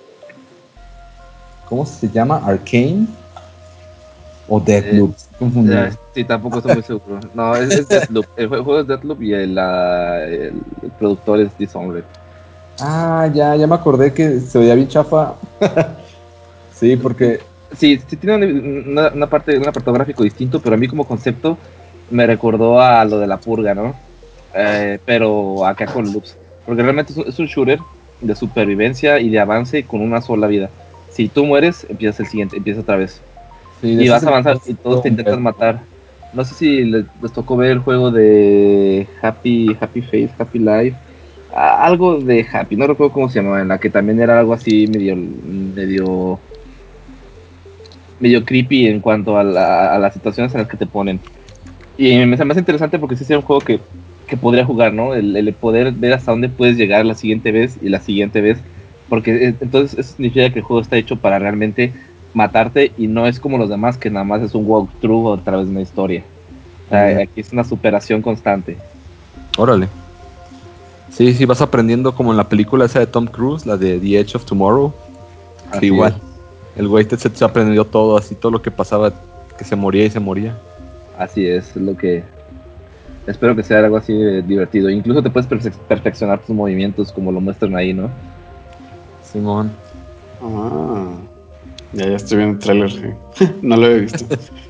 ¿Cómo se llama? ¿Arcane? ¿O Deathloop? Eh, Estoy confundido. Ya, sí, tampoco estoy muy seguro. No, es, es Deathloop. El jue- juego es Deathloop y el, la- el- el productor es Dishonored. Ah, ya, ya me acordé que se veía bien chafa. Sí, porque. Sí, sí tiene una, una parte, un apartado gráfico distinto, pero a mí como concepto me recordó a lo de la purga, ¿no? Eh, pero acá con loops. Porque realmente es un, es un shooter de supervivencia y de avance con una sola vida. Si tú mueres, empiezas el siguiente, empiezas otra vez. Sí, de Y ese vas a se- avanzar y todos te intentan matar. No sé si les, les tocó ver el juego de Happy, Happy Face, Happy Life. Ah, algo de Happy, no recuerdo cómo se llamaba, en la que también era algo así medio medio medio creepy en cuanto a, la- a las situaciones en las que te ponen. Y me parece más interesante porque sí es un juego que, que podría jugar, ¿no? El, el poder ver hasta dónde puedes llegar la siguiente vez y la siguiente vez. Porque eh, entonces eso significa que el juego está hecho para realmente matarte y no es como los demás que nada más es un walkthrough a través de una historia. O sea, Ujú. aquí es una superación constante. Órale. Sí, sí, vas aprendiendo como en la película esa de Tom Cruise, la de The Edge of Tomorrow. Que Así igual. El güey te, se, se aprendió todo, así todo lo que pasaba, que se moría y se moría. Así es lo que espero que sea algo así de divertido. Incluso te puedes perfe- perfeccionar tus movimientos como lo muestran ahí, ¿no? Simón. Ah, ya, ya estoy viendo el trailer, sí. No lo he visto.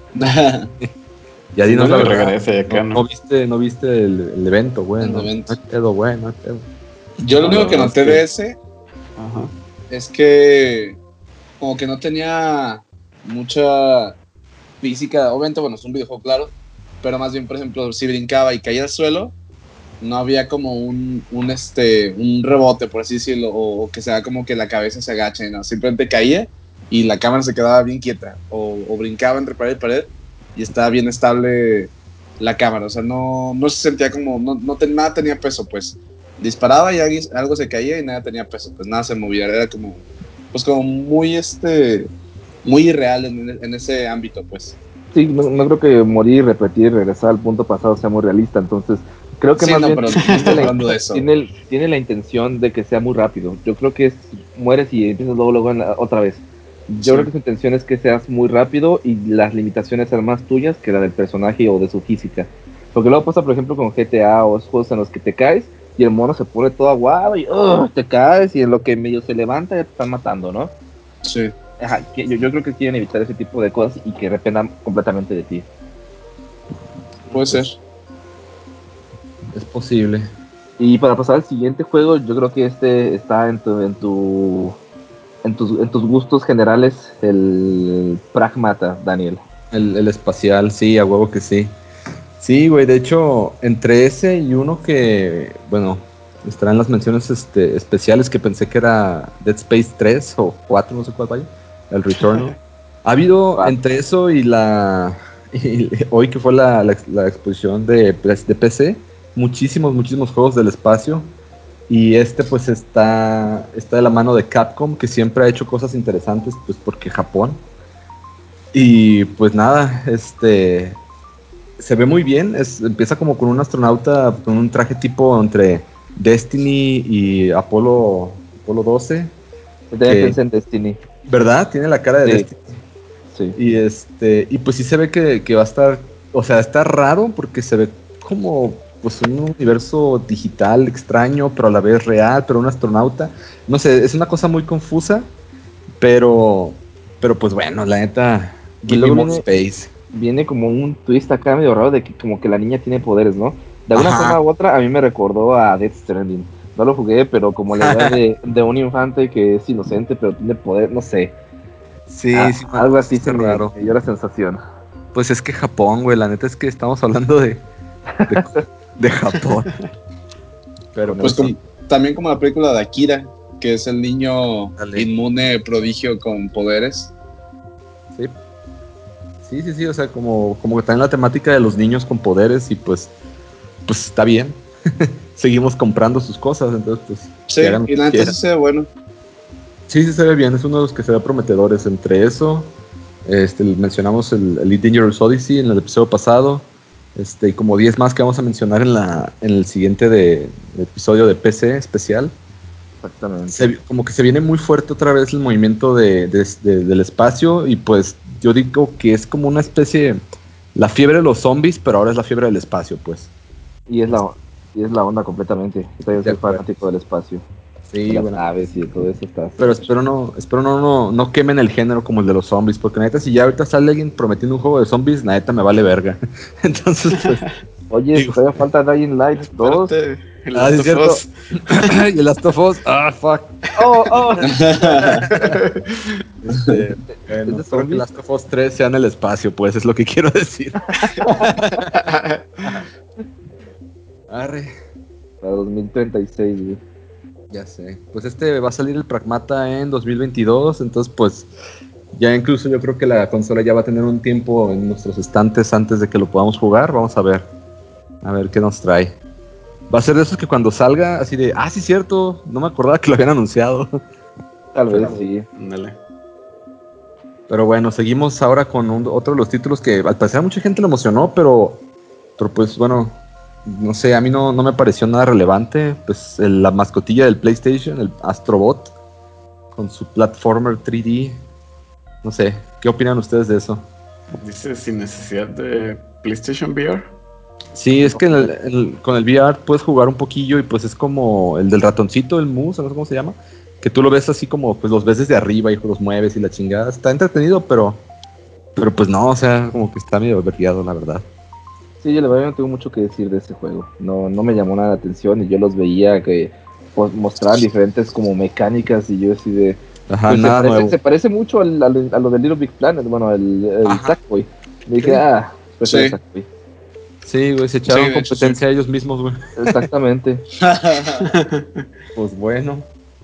Ya dinos No la le verdad. regrese acá, No, ¿no? no viste, no viste el, el evento, güey. El No, evento. no hay pedo, güey, no hay pedo. Yo lo No, único la que verdad noté es que- de ese Ajá. es que como que no tenía mucha física, obviamente, bueno, es un videojuego, claro, pero más bien, por ejemplo, si brincaba y caía al suelo, no había como un, un, este, un rebote, por así decirlo, o, o que sea como que la cabeza se agache, ¿no? Simplemente caía y la cámara se quedaba bien quieta, o, o brincaba entre pared y pared y estaba bien estable la cámara, o sea, no, no se sentía como, no, no ten- nada tenía peso, pues. Disparaba y alguien- algo se caía y nada tenía peso, pues nada se movía, era como, pues como muy, este, muy irreal en, en ese ámbito, pues. Sí, no, no creo que morir, repetir, regresar al punto pasado sea muy realista, entonces creo que Sí, más no, bien pero no tiene, estoy la, hablando de eso. tiene el- tiene la intención de que sea muy rápido. Yo creo que es, mueres y empiezas luego, luego en la- otra vez. Yo Sí. creo que su intención es que seas muy rápido y las limitaciones sean más tuyas que la del personaje o de su física. Porque luego pasa, por ejemplo, con G T A o esos juegos en los que te caes y el mono se pone todo aguado y ugh, te caes y en lo que medio se levanta ya te están matando, ¿no? Sí. Ajá, que- yo, yo creo que quieren evitar ese tipo de cosas y que dependan completamente de ti. Puede ser. Es posible. Y para pasar al siguiente juego, yo creo que este está en tu, en tu, en tus, en tus gustos generales, el Pragmata, Daniel. El, el espacial, sí, a huevo que sí. Sí, güey, de hecho, entre ese y uno que, bueno, estarán las menciones este, especiales que pensé que era Dead Space tres o cuatro, no sé cuál vaya, el Returnal. Ha habido Cuatro. entre eso y la, y hoy que fue la, la, la exposición de, de P C, muchísimos, muchísimos juegos del espacio. Y este pues está, está de la mano de Capcom, que siempre ha hecho cosas interesantes, pues porque Japón. Y pues nada, este se ve muy bien. Es, empieza como con un astronauta con un traje tipo entre Destiny y Apolo, Apolo doce. También Que- pensé en Destiny. ¿Verdad? Tiene la cara de Sí. Destiny. Sí. Y este, y pues sí se ve que, que va a estar, o sea, está raro porque se ve como pues un universo digital extraño, pero a la vez real, pero un astronauta. No sé, es una cosa muy confusa, pero pero pues bueno, la neta, Y give me luego more viene- space. Viene como un twist acá medio raro de que como que la niña tiene poderes, ¿no? De alguna Ajá. forma u otra, a mí me recordó a Death Stranding. No lo jugué, pero como la idea de, de un infante que es inocente, pero tiene poder, no sé. Sí, ah, sí algo así se me, raro. me dio la sensación. Pues es que Japón, güey, la neta es que estamos hablando de, de, de Japón. Pero pues como, también como la película de Akira, que es el niño Dale. inmune prodigio con poderes. Sí. Sí, sí, sí, o sea, como, como que está en la temática de los niños con poderes y pues, pues está bien. Seguimos comprando sus cosas, entonces pues... Sí, y la neta sí se ve bueno. Sí, sí se ve bien, es uno de los que se ve prometedores. Entre eso, este, mencionamos el Elite Dangerous Odyssey en el episodio pasado, este, y como diez más que vamos a mencionar en, la, en el siguiente de, episodio de P C especial. Exactamente. Se, como que se viene muy fuerte otra vez el movimiento de, de, de, del espacio y pues yo digo que es como una especie, la fiebre de los zombies, pero ahora es la fiebre del espacio, pues. Y es la, y es la onda completamente. Yo también soy fanático del espacio. Sí, de las bueno. aves y de todo eso está. Pero espero no, espero no, no, no quemen el género como el de los zombies, porque neta si ya ahorita sale alguien prometiendo un juego de zombies, la neta me vale verga. Entonces, pues. Oye, digo, todavía falta Dying Light dos. El ah, es cierto. Y el Last of Us. Ah, fuck. Oh, oh. este, bueno, espero que el Last of Us tres sea en el espacio, pues, es lo que quiero decir. Arre. Para dos mil treinta y seis, güey. Ya sé. Pues este va a salir el Pragmata en dos mil veintidós, entonces, pues, ya incluso yo creo que la consola ya va a tener un tiempo en nuestros estantes antes de que lo podamos jugar. Vamos a ver. A ver qué nos trae. Va a ser de esos que cuando salga, así de, ah, sí, cierto, no me acordaba que lo habían anunciado. Tal vez sí. Dale. Pero bueno, seguimos ahora con un, otro de los títulos que al parecer a mucha gente le emocionó, pero, pero pues bueno, no sé, a mí no, no me pareció nada relevante. Pues el, la mascotilla del PlayStation, el Astrobot, con su platformer tres D. No sé, ¿qué opinan ustedes de eso? Dice sin necesidad de PlayStation V R. Sí, es que en el, el, con el V R puedes jugar un poquillo y pues es como el del ratoncito, el Moose, no sé cómo se llama, que tú lo ves así como, pues los ves desde arriba y los mueves y la chingada. Está entretenido, pero pero pues no, o sea, como que está medio vergueado, la verdad. Sí, yo la verdad no tengo mucho que decir de ese juego. No, no me llamó nada la atención y yo los veía que pues, mostraban diferentes como mecánicas y yo así de... Ajá, pues, nada se, parece, nuevo. se parece mucho al, al, a lo de Little Big Planet, bueno, el, el Sackboy. Me dije, ah, pues sí. el Sackboy. Sí, güey, se echaron Sí, competencia hecho, sí. a ellos mismos, güey. Exactamente. Pues bueno.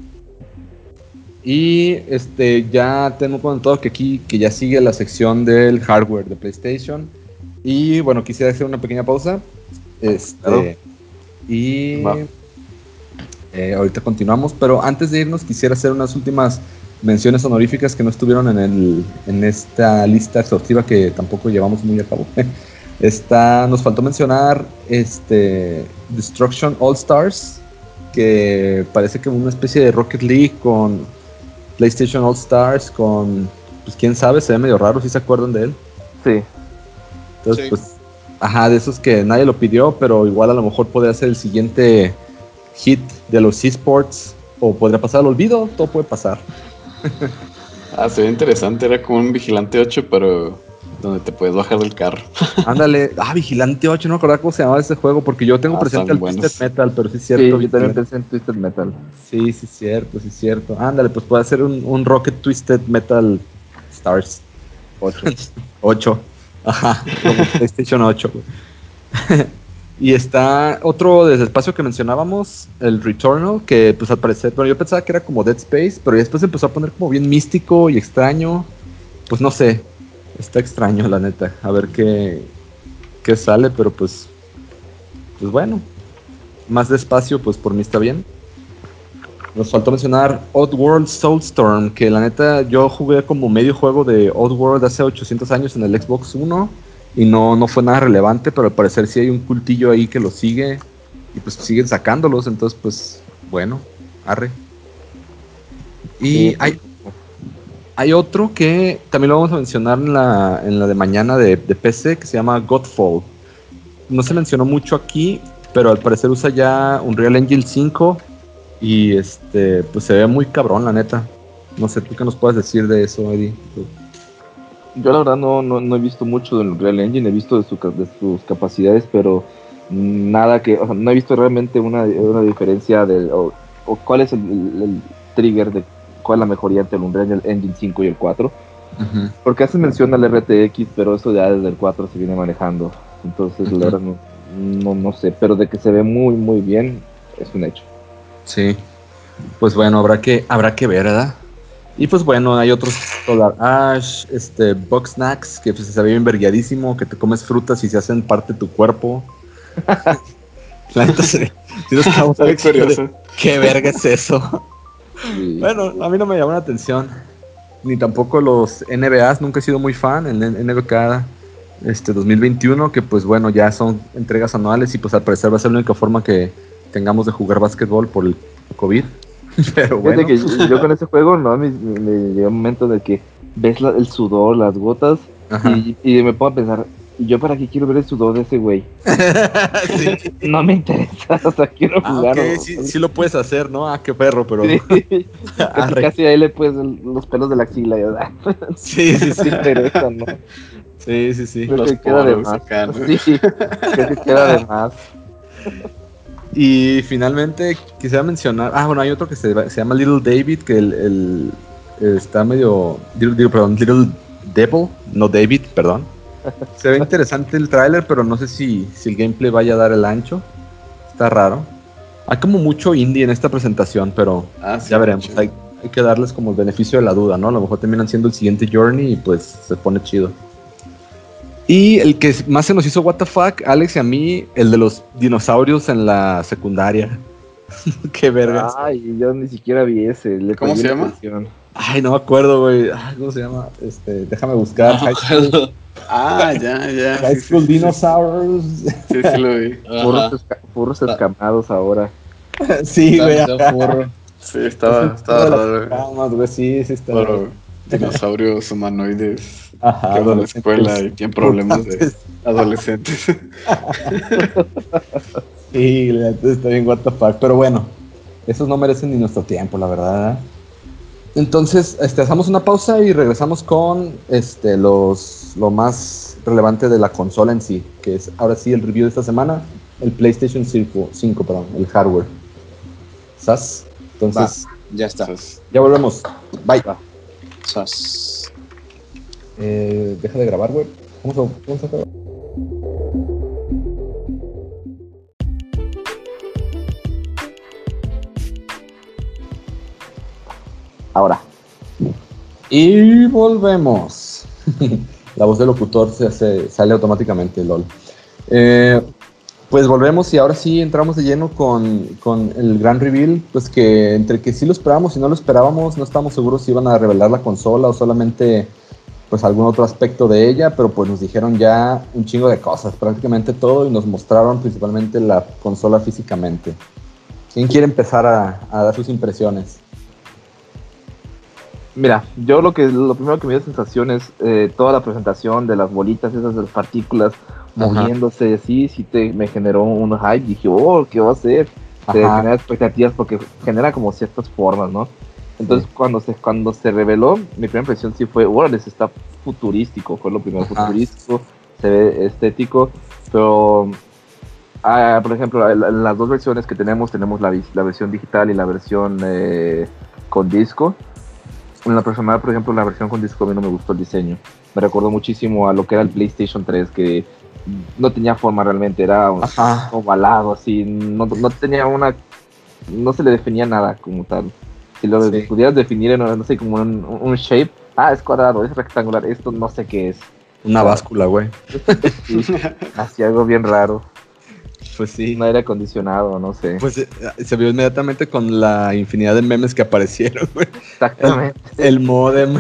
Y este ya tengo contado que aquí que ya sigue la sección del hardware de PlayStation. Y bueno, quisiera hacer una pequeña pausa. Este Claro. y eh, ahorita continuamos, pero antes de irnos quisiera hacer unas últimas menciones honoríficas que no estuvieron en el en esta lista exhaustiva que tampoco llevamos muy a cabo. Está, nos faltó mencionar este Destruction All Stars, que parece que una especie de Rocket League con PlayStation All Stars, con, pues quién sabe, se ve medio raro, si se acuerdan de él. Sí. Entonces, Sí. pues, ajá, de esos que nadie lo pidió, pero igual a lo mejor podría ser el siguiente hit de los eSports, o podría pasar al olvido, todo puede pasar. Ah, se ve interesante, era como un Vigilante ocho, pero donde te puedes bajar del carro. Ándale, ah, Vigilante ocho, no me acordaba cómo se llamaba ese juego, porque yo tengo Ah, presente están el buenos. Twisted Metal, pero sí es Sí, cierto. yo también Vigilante- pensé en Twisted Metal. Sí, sí es cierto, sí es cierto. Ándale, pues puede ser un, un Rocket Twisted Metal Stars ocho. ocho. Ajá, como PlayStation ocho. güey. Y está otro desde el espacio que mencionábamos, el Returnal, que pues al parecer, bueno, yo pensaba que era como Dead Space, pero ya después se empezó a poner como bien místico y extraño. Pues no sé, está extraño la neta. A ver qué, qué sale, pero pues, pues bueno, más despacio, pues por mí está bien. Nos faltó mencionar Oddworld Soulstorm, que la neta yo jugué como medio juego de Oddworld hace ochocientos años en el Xbox One y no, no fue nada relevante, pero al parecer sí hay un cultillo ahí que lo sigue y pues siguen sacándolos, entonces pues bueno, arre. Y Sí. hay, hay otro que también lo vamos a mencionar en la, en la de mañana de, de P C, que se llama Godfall. No se mencionó mucho aquí, pero al parecer usa ya Unreal Engine cinco y este pues se ve muy cabrón, la neta. No sé, ¿tú qué nos puedes decir de eso, Eddie? Tú- Yo la verdad no, no, no he visto mucho del Unreal Engine, he visto de, su, ca- de sus capacidades, pero nada que, o sea, no he visto realmente una, una diferencia del, o, o cuál es el, el, el trigger de cuál es la mejoría entre el Unreal Engine cinco y el cuatro. Uh-huh. Porque hace mención al R T X, pero eso ya desde el cuatro se viene manejando. Entonces, uh-huh. la verdad, no, no, no sé. Pero de que se ve muy, muy bien, es un hecho. Sí. Pues bueno, habrá que, habrá que ver, ¿verdad? Y pues bueno, hay otros Solar Ash, este, Box Snacks, que pues, se ve bien verguiadísimo, que te comes frutas y se hacen parte de tu cuerpo. La neta, sí, sí nos estamos curioso. ¿Qué verga es eso? Sí. Bueno, a mí no me llamó la atención. Ni tampoco los N B As, nunca he sido muy fan. El N B A este, dos mil veintiuno, que pues bueno, ya son entregas anuales y pues al parecer va a ser la única forma que tengamos de jugar básquetbol por el COVID. Pero bueno. Que yo con ese juego, no, me, me, me llegó un momento de que ves la, el sudor, las gotas, y, y me pongo a pensar, ¿yo para qué quiero ver el sudor de ese güey? Sí. No me interesa, o sea, quiero ah, jugar. Okay. Sí, sí lo puedes hacer, ¿no? Ah, qué perro, pero... Sí. casi, casi ahí le puedes los pelos de la axila, ¿verdad? Sí, sí, sí. Interesa, ¿no? Sí, sí, sí. Creo que queda de más. Acá, ¿no? Sí, creo que queda de más. Y finalmente quisiera mencionar, ah bueno, hay otro que se, se llama Little David, que el, el está medio, digo, perdón, Little Devil, no David, perdón. Se ve interesante el tráiler, pero no sé si, si el gameplay vaya a dar el ancho. Está raro. Hay como mucho indie en esta presentación, pero ah, sí, ya veremos. Hay, hay que darles como el beneficio de la duda, ¿no? A lo mejor terminan siendo el siguiente Journey y pues se pone chido. Y el que más se nos hizo what the fuck, Alex y a mí, el de los dinosaurios en la secundaria. Qué vergas. Ay, yo ni siquiera vi ese. Le ¿Cómo se llama? Atención. Ay, no me acuerdo, güey. Ay, ¿cómo se llama? Este, déjame buscar. No, High School. Ah, ya, ya. High sí, School sí, Dinosaurs. Sí, sí, sí lo vi. Furros, esca furros escamados ahora. Sí, güey. Sí, estaba, estaba raro. Camas, güey, sí, sí estaba. Pero dinosaurios humanoides. Ajá, que van a la escuela y tienen problemas de adolescentes. Sí, está bien what the fuck, pero bueno, esos no merecen ni nuestro tiempo, la verdad. Entonces, este, hacemos una pausa y regresamos con este, los, lo más relevante de la consola en sí, que es ahora sí el review de esta semana, el PlayStation cinco, perdón, el hardware. ¿Sas? Entonces, Va, ya está. Sas. Ya volvemos. Bye. Va. Sas. Eh, deja de grabar, güey. Vamos a, vamos a grabar. Ahora. Y volvemos. La voz del locutor se hace, sale automáticamente, lol. Eh, pues volvemos y ahora sí entramos de lleno con, con el gran reveal. Pues que entre que sí lo esperábamos y no lo esperábamos, no estábamos seguros si iban a revelar la consola o solamente pues algún otro aspecto de ella, pero pues nos dijeron ya un chingo de cosas, prácticamente todo, y nos mostraron principalmente la consola físicamente. ¿Quién quiere empezar a, a dar sus impresiones? Mira, yo lo que lo primero que me dio sensación es eh, toda la presentación de las bolitas, esas de las partículas moviéndose, así, sí te, me generó un hype, dije, oh, ¿qué va a ser? Te genera expectativas porque genera como ciertas formas, ¿no? Entonces sí. cuando se cuando se reveló, mi primera impresión sí fue, órale, está futurístico, fue lo primero, Ajá. futurístico, se ve estético, pero ah, por ejemplo, en las dos versiones que tenemos, tenemos la, la versión digital y la versión eh, con disco. En la personal, por ejemplo, la versión con disco a mí no me gustó el diseño, me recordó muchísimo a lo que era el PlayStation tres, que no tenía forma realmente, era Ajá. ovalado, así, no, no tenía una, no se le definía nada como tal. Si lo sí. pudieras definir en, no sé, como un, un shape, ah, es cuadrado, es rectangular, esto no sé qué es. Una báscula, güey. Sí, hacía algo bien raro. Pues sí. Un aire acondicionado, no sé. Pues eh, se vio inmediatamente con la infinidad de memes que aparecieron, güey. Exactamente. El, el modem.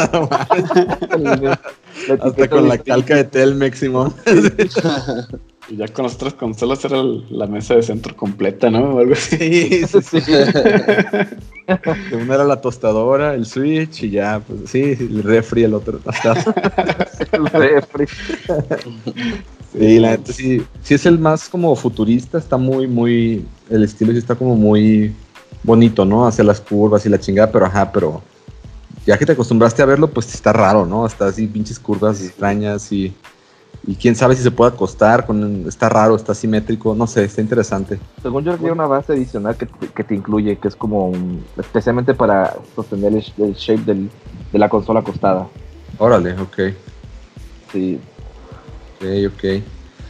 Hasta con la calca de Telmex, Simón. Y ya con las otras consolas era la mesa de centro completa, ¿no? O algo así. Sí, sí, sí. Una era la tostadora, el Switch y ya, pues sí, el refri, el otro. Hasta... el refri. Sí, la neta sí, sí es el más como futurista, está muy, muy, el estilo sí está como muy bonito, ¿no? Hacia las curvas y la chingada, pero ajá, pero ya que te acostumbraste a verlo, pues está raro, ¿no? Está así, pinches curvas extrañas y y quién sabe si se puede acostar, con, está raro, está simétrico, no sé, está interesante. Según yo, hay una base adicional que te, que te incluye, que es como un, especialmente para sostener el, el shape del, de la consola acostada. Órale, ok. Sí. Ok, ok.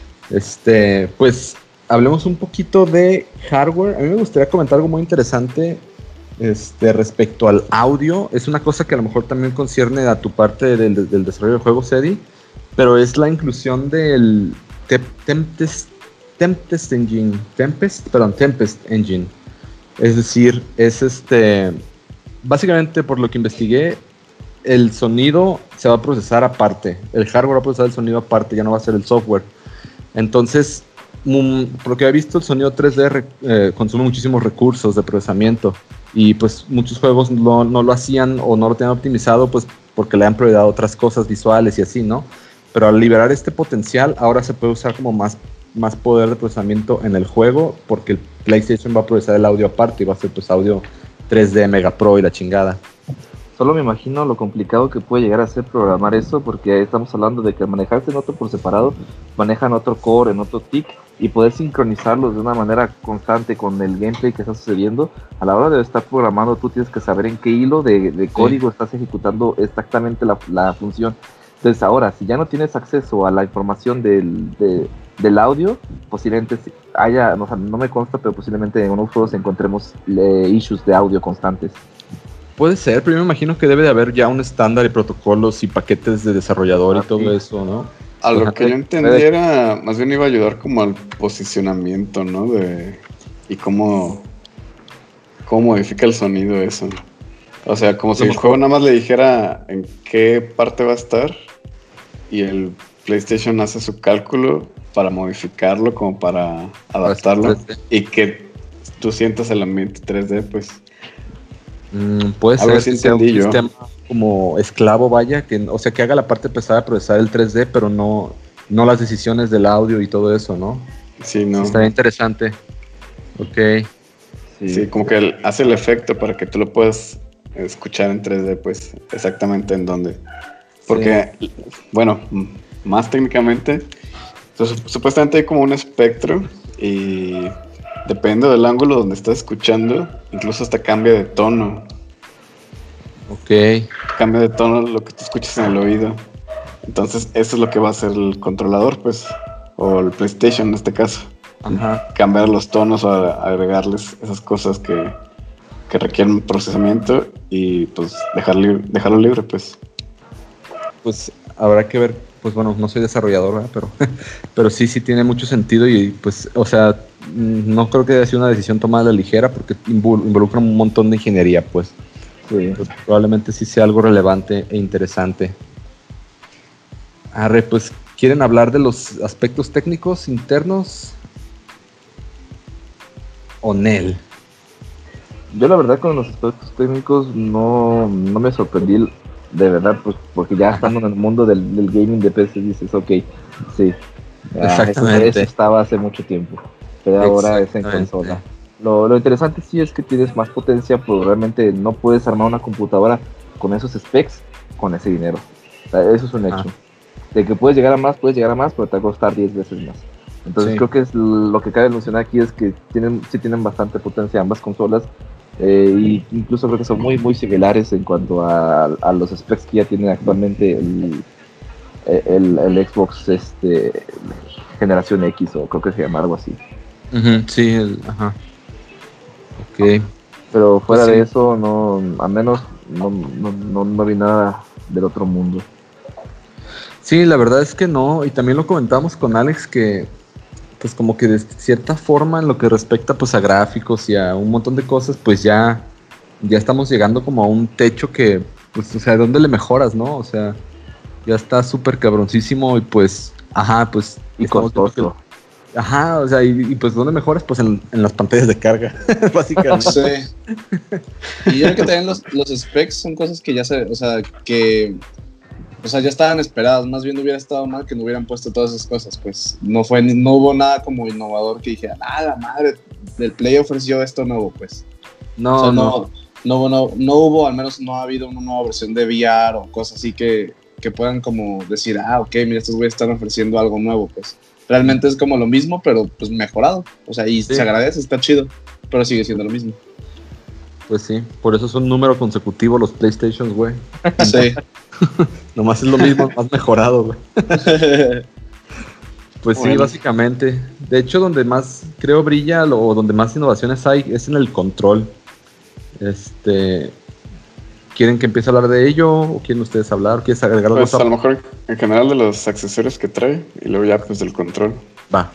Este, pues, hablemos un poquito de hardware. A mí me gustaría comentar algo muy interesante este, respecto al audio. Es una cosa que a lo mejor también concierne a tu parte del, del desarrollo de juegos, Eddie, pero es la inclusión del te- Tempest, Tempest Engine, Tempest, perdón, Tempest Engine. Es decir, es este, básicamente por lo que investigué, el sonido se va a procesar aparte, el hardware va a procesar el sonido aparte, ya no va a ser el software. Entonces, mm, por lo que he visto, el sonido tres D re- eh, consume muchísimos recursos de procesamiento y pues muchos juegos no, no lo hacían o no lo tenían optimizado pues porque le han prioridad a otras cosas visuales y así, ¿no? Pero al liberar este potencial, ahora se puede usar como más, más poder de procesamiento en el juego porque el PlayStation va a procesar el audio aparte y va a ser pues audio tres D Mega Pro y la chingada. Solo me imagino lo complicado que puede llegar a ser programar eso, porque estamos hablando de que al manejarse en otro por separado, manejan otro core, en otro tick, y poder sincronizarlos de una manera constante con el gameplay que está sucediendo. A la hora de estar programando, tú tienes que saber en qué hilo de, de código sí. estás ejecutando exactamente la, la función. Entonces ahora, si ya no tienes acceso a la información del, de, del audio, posiblemente haya, no, o sea, no me consta, pero posiblemente en unos juegos encontremos eh, issues de audio constantes. Puede ser, pero yo me imagino que debe de haber ya un estándar y protocolos y paquetes de desarrollador ah, y todo sí. eso, ¿no? A lo que yo entendiera, más bien iba a ayudar como al posicionamiento, ¿no? De y cómo, cómo modifica el sonido eso. O sea, como si el juego nada más le dijera en qué parte va a estar y el PlayStation hace su cálculo para modificarlo, como para adaptarlo y que tú sientas el ambiente tres D, pues... Mm, puede ser que sea un sistema como esclavo, vaya, que, o sea, que haga la parte pesada de procesar el tres D, pero no, no las decisiones del audio y todo eso, ¿no? Sí, no. Sí, estaría interesante. Ok. Sí, sí, como que el, hace el efecto para que tú lo puedas escuchar en tres D, pues, exactamente en dónde. Porque, sí. bueno, más técnicamente, entonces, supuestamente hay como un espectro y... depende del ángulo donde estás escuchando, incluso hasta cambia de tono. Ok. Cambia de tono lo que tú escuchas en el oído. Entonces, eso es lo que va a hacer el controlador, pues, o el PlayStation en este caso. Ajá. Cambiar los tonos o agregarles esas cosas que, que requieren procesamiento y, pues, dejar libre, dejarlo libre, pues. Pues, habrá que ver, pues, bueno, no soy desarrollador, ¿verdad? Pero, pero sí, sí tiene mucho sentido y, pues, o sea... no creo que haya sido una decisión tomada a la ligera porque involucra un montón de ingeniería, pues. Sí. Pues probablemente sí sea algo relevante e interesante. Arre, pues, ¿quieren hablar de los aspectos técnicos internos? ¿O Nel? Yo la verdad con los aspectos técnicos no, no me sorprendí, de verdad, pues porque ya estando en el mundo del, del gaming de P C dices, ok, sí. Exactamente. Eso, eso estaba hace mucho tiempo. Pero ahora es en consola. Lo, lo interesante sí es que tienes más potencia, pero realmente no puedes armar una computadora con esos specs con ese dinero. O sea, eso es un hecho. Ah. De que puedes llegar a más, puedes llegar a más, pero te va a costar diez veces más. Entonces sí. creo que es lo que cabe mencionar aquí es que tienen, sí tienen bastante potencia ambas consolas. Eh, y incluso creo que son muy muy similares en cuanto a, a los specs que ya tienen actualmente el, el, el Xbox este, generación X, o creo que se llama algo así. Uh-huh, sí, el, ajá. Ok. Pero fuera pues de sí. eso, no, al menos no, no, no, no vi nada del otro mundo. Sí, la verdad es que no, y también lo comentamos con Alex que pues como que de cierta forma en lo que respecta pues a gráficos y a un montón de cosas, pues ya, ya estamos llegando como a un techo que, pues, o sea, ¿dónde le mejoras, no? O sea, ya está súper cabroncísimo y pues, ajá, pues... Y costoso. Que, ajá, o sea, y, y pues ¿dónde mejoras? Pues en, en las pantallas de carga, básicamente. Sí. Y yo creo que también los, los specs son cosas que ya se, o sea, que... O sea, ya estaban esperadas, más bien hubiera estado mal que no hubieran puesto todas esas cosas, pues no fue, no hubo nada como innovador que dijera, ah, la madre, el Play ofreció esto nuevo, pues. No, o sea, no. No, no, no, no hubo, al menos no ha habido una nueva versión de V R o cosas así que, que puedan como decir, ah, ok, mira, estos güeyes están ofreciendo algo nuevo, pues. Realmente es como lo mismo, pero pues mejorado. O sea, y sí. se agradece, está chido, pero sigue siendo lo mismo. Pues sí, por eso es un número consecutivo los PlayStations, güey. Sí. Nomás es lo mismo, más mejorado, güey. Pues bueno. Sí, básicamente. De hecho, donde más creo brilla o donde más innovaciones hay es en el control. Este, ¿quieren que empiece a hablar de ello o quieren ustedes hablar? ¿Quieres agregar algo? Pues a lo mejor en general de los accesorios que trae y luego ya pues del control. Va.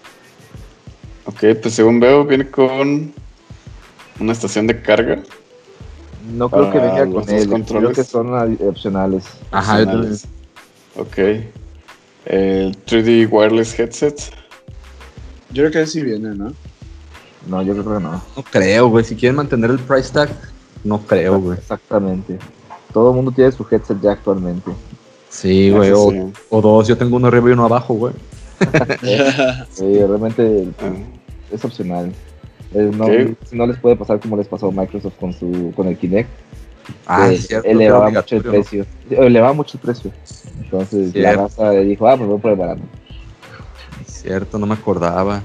Ok, pues según veo viene con una estación de carga. No creo que venga con él, creo que son opcionales. Ajá, opcionales. Ok. El tres D wireless headset. Yo creo que sí viene, ¿no? No, yo creo que no. No creo, güey. Si quieren mantener el price tag, no creo, güey. Exactamente. Todo el mundo tiene su headset ya actualmente. Sí, güey. O, sí. o dos. Yo tengo uno arriba y uno abajo, güey. Sí, realmente es opcional. No, okay. No les puede pasar como les pasó a Microsoft con su con el Kinect. Ah, eh, cierto, elevaba mucho el precio. ¿No? Elevaba mucho el precio. Entonces cierto. La raza le dijo, ah, me voy por el barato. Cierto, no me acordaba.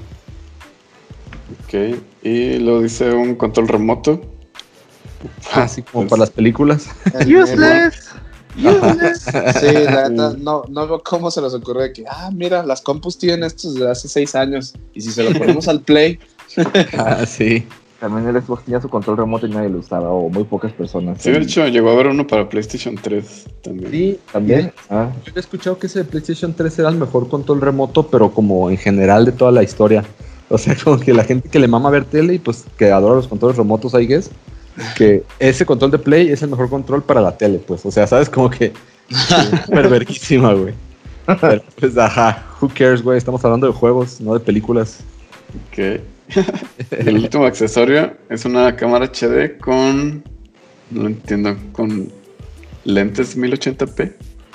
Ok, y luego dice un control remoto. Ah, sí, como para las películas. Useless. Useless. Sí, la neta, no, no veo cómo se les ocurre que, ah, mira, las compus tienen estos desde hace seis años. Y si se lo ponemos al Play. Ah, sí. También el Xbox tenía su control remoto y nadie lo usaba, o muy pocas personas. Sí, de hecho, llegó a haber uno para PlayStation tres también. Sí, también. Ah. Yo he escuchado que ese de PlayStation tres era el mejor control remoto, pero como en general de toda la historia. O sea, como que la gente que le mama ver tele y pues que adora los controles remotos, I guess, que ese control de Play es el mejor control para la tele, pues. O sea, ¿sabes? Como que súper verguísima, güey. Pero, pues, ajá, who cares, güey. Estamos hablando de juegos, no de películas. Ok. El último accesorio es una cámara H D con, no lo entiendo, con lentes mil ochenta p.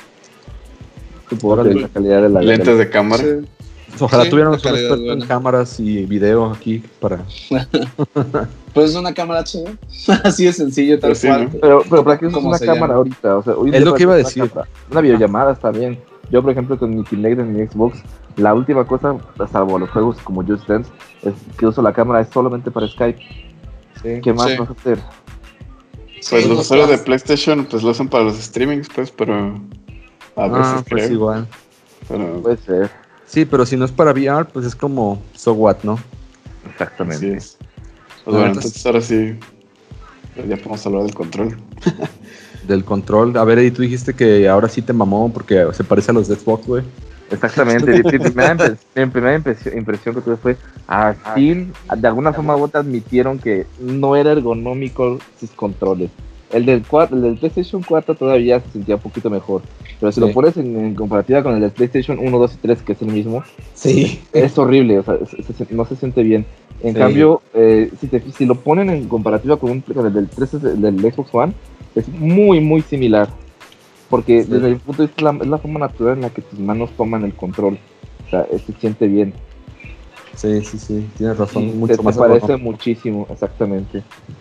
Supongo que la calidad de la lentes de, de cámara. Sí. Ojalá sí, tuviéramos un experto en cámaras y video aquí para. Pues es una cámara H D. Así de sencillo, tal sí, cual. ¿no? Pero, pero ¿para qué es una cámara llama? Ahorita? O sea, hoy es lo que iba a decir. Una, una videollamada está bien. Yo, por ejemplo, con mi Kinect en mi Xbox, la última cosa, salvo los juegos como Just Dance, es que uso la cámara es solamente para Skype. Sí, ¿qué más sí. vas a hacer? Pues sí, los usuarios de PlayStation pues lo usan para los streamings, pues, pero a veces ah, pues creo. igual. Pero... Puede ser. Sí, pero si no es para V R, pues es como so what, ¿no? Exactamente. Así es. Pues bueno, entonces ahora sí, ya podemos hablar del control. Del control. A ver, Eddie, tú dijiste que ahora sí te mamó porque se parece a los de Xbox, güey. Exactamente. Mi primera, impres- mi primera impresión, impresión que tuve fue, a fin, de alguna forma u otra admitieron que no era ergonómico sus controles. El del, cuatro, el del PlayStation cuatro todavía se sentía un poquito mejor, pero si sí. lo pones en, en comparativa con el del PlayStation uno, dos y tres, que es el mismo, sí, es horrible, o sea, se, se, no se siente bien. En sí. cambio, eh, si, te, si lo ponen en comparativa con, un, con el del, tres, del Xbox One, es muy, muy similar. Porque sí. desde mi punto de vista es la, es la forma natural en la que tus manos toman el control. O sea, se siente bien. Sí, sí, sí, tienes razón. Y mucho te, más te parece muchísimo, exactamente.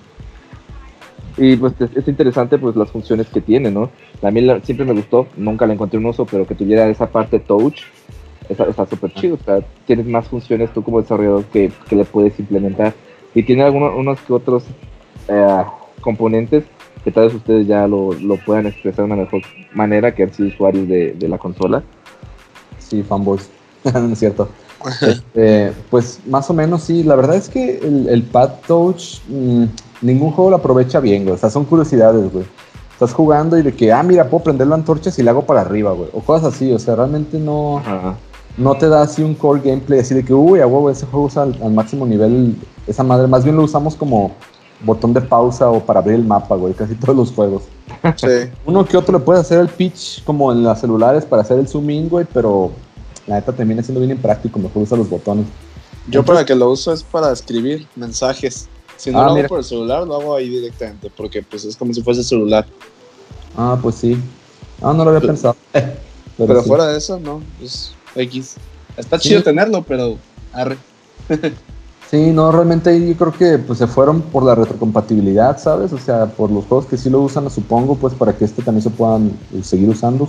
Y pues es, es interesante pues las funciones que tiene, ¿no? A mí la, siempre me gustó, nunca le encontré un uso, pero que tuviera esa parte touch, está súper chido. O sea, tienes más funciones tú como desarrollador que, que le puedes implementar. Y tiene algunos unos que otros eh, componentes que tal vez ustedes ya lo, lo puedan expresar de una mejor manera que han sido usuarios de, de la consola. Sí, fanboys. No es cierto. Este, pues más o menos sí. La verdad es que el, el pad touch mmm, ningún juego lo aprovecha bien, güey. O sea, son curiosidades, güey. Estás jugando y de que, ah, mira, puedo prender la antorcha si le hago para arriba, güey. O cosas así. O sea, realmente no, uh-huh. no te da así un core gameplay así de que, uy, a huevo, ese juego usa al, al máximo nivel esa madre. Más bien lo usamos como botón de pausa o para abrir el mapa, güey, casi todos los juegos. Sí. Uno que otro le puede hacer el pitch como en las celulares para hacer el zoom in, güey, pero la neta termina siendo bien impráctico, mejor usa los botones. Yo Entonces, para que lo uso es para escribir mensajes. Si no ah, lo hago mira. por el celular, lo hago ahí directamente, porque pues es como si fuese celular. Ah, pues sí. Ah, no lo había pero, pensado. pero pero sí. Fuera de eso, no, pues X. Está sí. chido tenerlo, pero arre. Sí, no, realmente yo creo que pues se fueron por la retrocompatibilidad, ¿sabes? O sea, por los juegos que sí lo usan, supongo, pues para que este también se puedan seguir usando.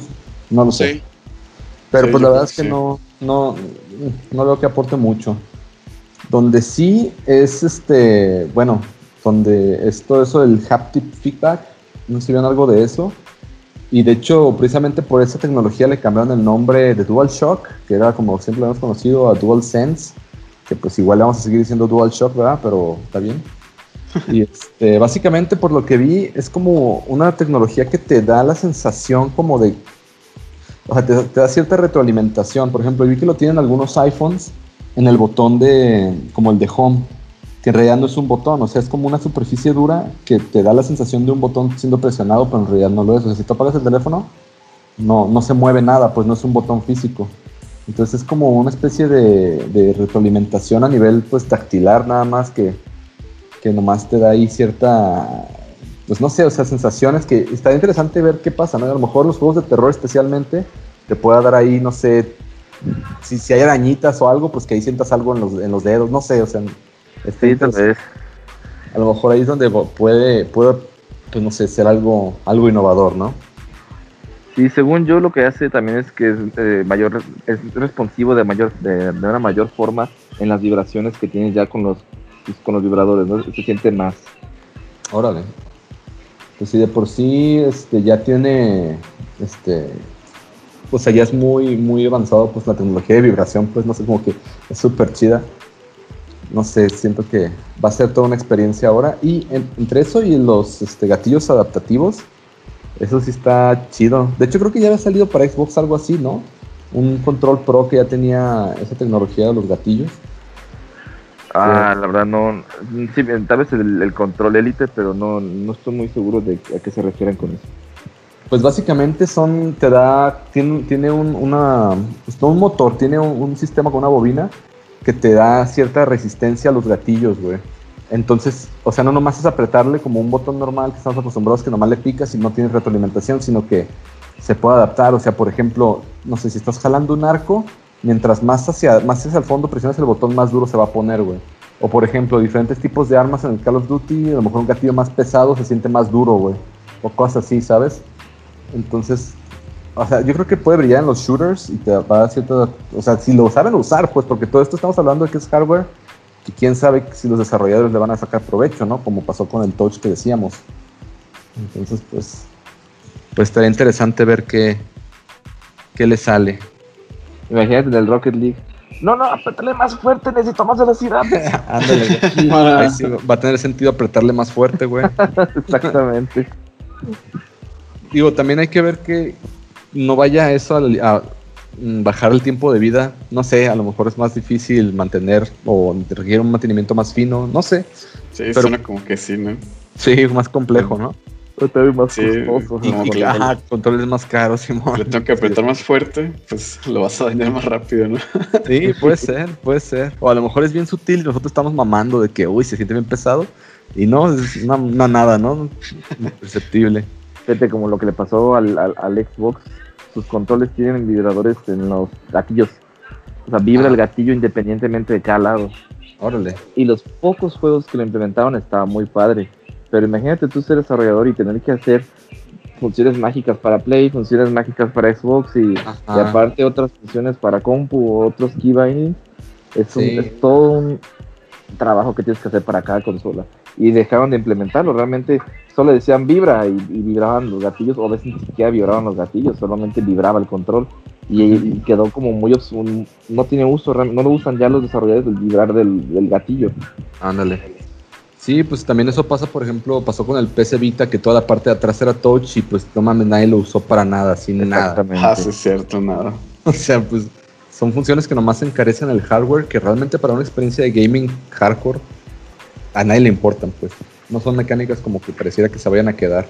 No lo sé. Sí. Pero Sí, pues yo la verdad creo es que que sí. no, no, no veo que aporte mucho. Donde sí es este, bueno, donde es todo eso del haptic feedback, no sé si ven algo de eso. Y de hecho, precisamente por esa tecnología le cambiaron el nombre de DualShock, que era como siempre lo hemos conocido, a DualSense, que pues igual le vamos a seguir diciendo DualShock, ¿verdad? Pero está bien. Y este, básicamente por lo que vi, es como una tecnología que te da la sensación como de... O sea, te, te da cierta retroalimentación. Por ejemplo, vi que lo tienen algunos iPhones en el botón de... como el de Home, que en realidad no es un botón, o sea, es como una superficie dura que te da la sensación de un botón siendo presionado, pero en realidad no lo es. O sea, si tú apagas el teléfono, no, no se mueve nada, pues no es un botón físico. Entonces es como una especie de, de retroalimentación a nivel pues tactilar nada más que, que nomás te da ahí cierta, pues no sé, o sea, sensaciones que está interesante ver qué pasa, ¿no? A lo mejor los juegos de terror especialmente te pueda dar ahí, no sé, si, si hay arañitas o algo, pues que ahí sientas algo en los, en los dedos, no sé, o sea... Sí, tal vez. A lo mejor ahí es donde puede, puede pues no sé, ser algo, algo innovador, ¿no? Sí, según yo lo que hace también es que es eh, mayor, es responsivo de mayor, de, de una mayor forma en las vibraciones que tienes ya con los, pues, con los vibradores, ¿no? Se siente más. Órale. Pues si de por sí este, ya tiene, este, o sea, ya es muy, muy avanzado, pues la tecnología de vibración, pues no sé, como que es súper chida. No sé, siento que va a ser toda una experiencia ahora. Y en, entre eso y los este, gatillos adaptativos, eso sí está chido. De hecho, creo que ya había salido para Xbox algo así, ¿no? Un control pro que ya tenía esa tecnología de los gatillos. Ah, sí. La verdad no... Sí, tal vez el, el control Elite, pero no, no estoy muy seguro de a qué se refieren con eso. Pues básicamente son, te da, tiene, tiene un, una, pues no un motor, tiene un, un sistema con una bobina que te da cierta resistencia a los gatillos, güey. Entonces, o sea, no nomás es apretarle como un botón normal que estamos acostumbrados que nomás le picas y no tienes retroalimentación, sino que se puede adaptar. O sea, por ejemplo, no sé, si estás jalando un arco, mientras más hacia, más hacia el fondo presionas el botón, más duro se va a poner, güey. O por ejemplo, diferentes tipos de armas en el Call of Duty, a lo mejor un gatillo más pesado se siente más duro, güey. O cosas así, ¿sabes? Entonces... O sea, yo creo que puede brillar en los shooters y te va a dar cierta... O sea, si lo saben usar, pues, porque todo esto estamos hablando de que es hardware y quién sabe si los desarrolladores le van a sacar provecho, ¿no? Como pasó con el Touch que decíamos. Entonces, pues... Pues estaría interesante ver qué... qué le sale. Imagínate en el Rocket League. No, no, apretarle más fuerte, necesito más velocidad. Ándale, güey. Ahí sí va a tener sentido apretarle más fuerte, güey. Exactamente. Digo, también hay que ver que no vaya eso a, a bajar el tiempo de vida. No sé, a lo mejor es más difícil mantener o requiere un mantenimiento más fino, no sé. Sí, pero suena como que sí, ¿no? Sí, más complejo, ¿no? O también más Sí, costoso. Y, no, y porque ajá, controles más caros, Simón. Le tengo que apretar más fuerte, pues lo vas a dañar más rápido, ¿no? Sí, puede ser, puede ser. O a lo mejor es bien sutil y nosotros estamos mamando de que, uy, se siente bien pesado. Y no, es una, una nada, ¿no? Imperceptible. Fíjate, como lo que le pasó al, al, al Xbox, sus controles tienen vibradores en los gatillos. O sea, vibra ah. el gatillo independientemente de cada lado. Órale. Y los pocos juegos que lo implementaron estaba muy padre. Pero imagínate tú ser desarrollador y tener que hacer funciones mágicas para Play, funciones mágicas para Xbox y, y aparte otras funciones para compu o otros key bindings. Es, sí. un, es todo un trabajo que tienes que hacer para cada consola. Y dejaron de implementarlo, realmente solo decían vibra y, y vibraban los gatillos, o a veces ni siquiera vibraban los gatillos, solamente vibraba el control. Y, y quedó como muy obs- no tiene uso, no lo usan ya los desarrolladores del vibrar del, del gatillo. Ándale. Sí, pues también eso pasa, por ejemplo, pasó con el P C Vita, que toda la parte de atrás era touch y pues no mames, nadie lo usó para nada, sin nada. Ah, sí, es cierto, nada. O sea, pues son funciones que nomás encarecen el hardware, que realmente para una experiencia de gaming hardcore a nadie le importan, pues. No son mecánicas como que pareciera que se vayan a quedar.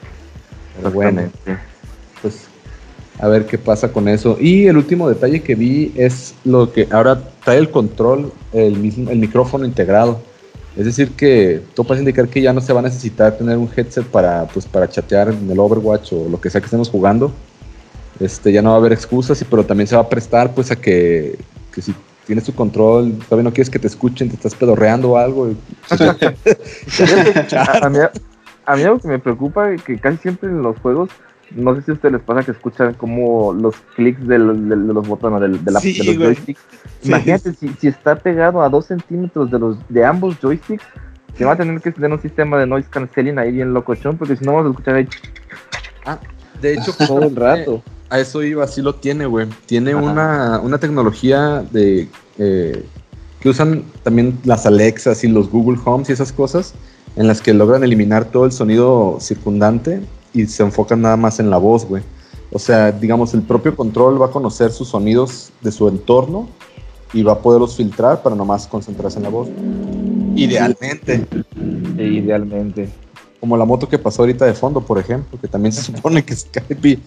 Pero bueno, pues a ver qué pasa con eso. Y el último detalle que vi es lo que ahora trae el control, el, mismo, el micrófono integrado. Es decir que todo parece indicar que ya no se va a necesitar tener un headset para, pues, para chatear en el Overwatch o lo que sea que estemos jugando. Este, ya no va a haber excusas, pero también se va a prestar pues a que, que si tienes tu control, todavía no quieres que te escuchen, te estás pedorreando o algo. Y, a, mí, a mí algo que me preocupa es que casi siempre en los juegos no sé si a ustedes les pasa que escuchan como los clics de los, de, de los botones, de, de, la, sí, de los güey. joysticks. Sí. Imagínate, si, si está pegado a dos centímetros de los de ambos joysticks, se va a tener que tener un sistema de noise cancelling ahí bien locochón, porque si no vamos a escuchar ahí. Ah, de hecho, todo el rato. A eso iba, sí lo tiene, güey. Tiene una, una tecnología de eh, que usan también las Alexas y los Google Homes y esas cosas, en las que logran eliminar todo el sonido circundante y se enfocan nada más en la voz, güey. O sea, digamos, el propio control va a conocer sus sonidos de su entorno y va a poderlos filtrar para nomás concentrarse en la voz. Idealmente. Sí, idealmente. Como la moto que pasó ahorita de fondo, por ejemplo, que también se supone que es Skype.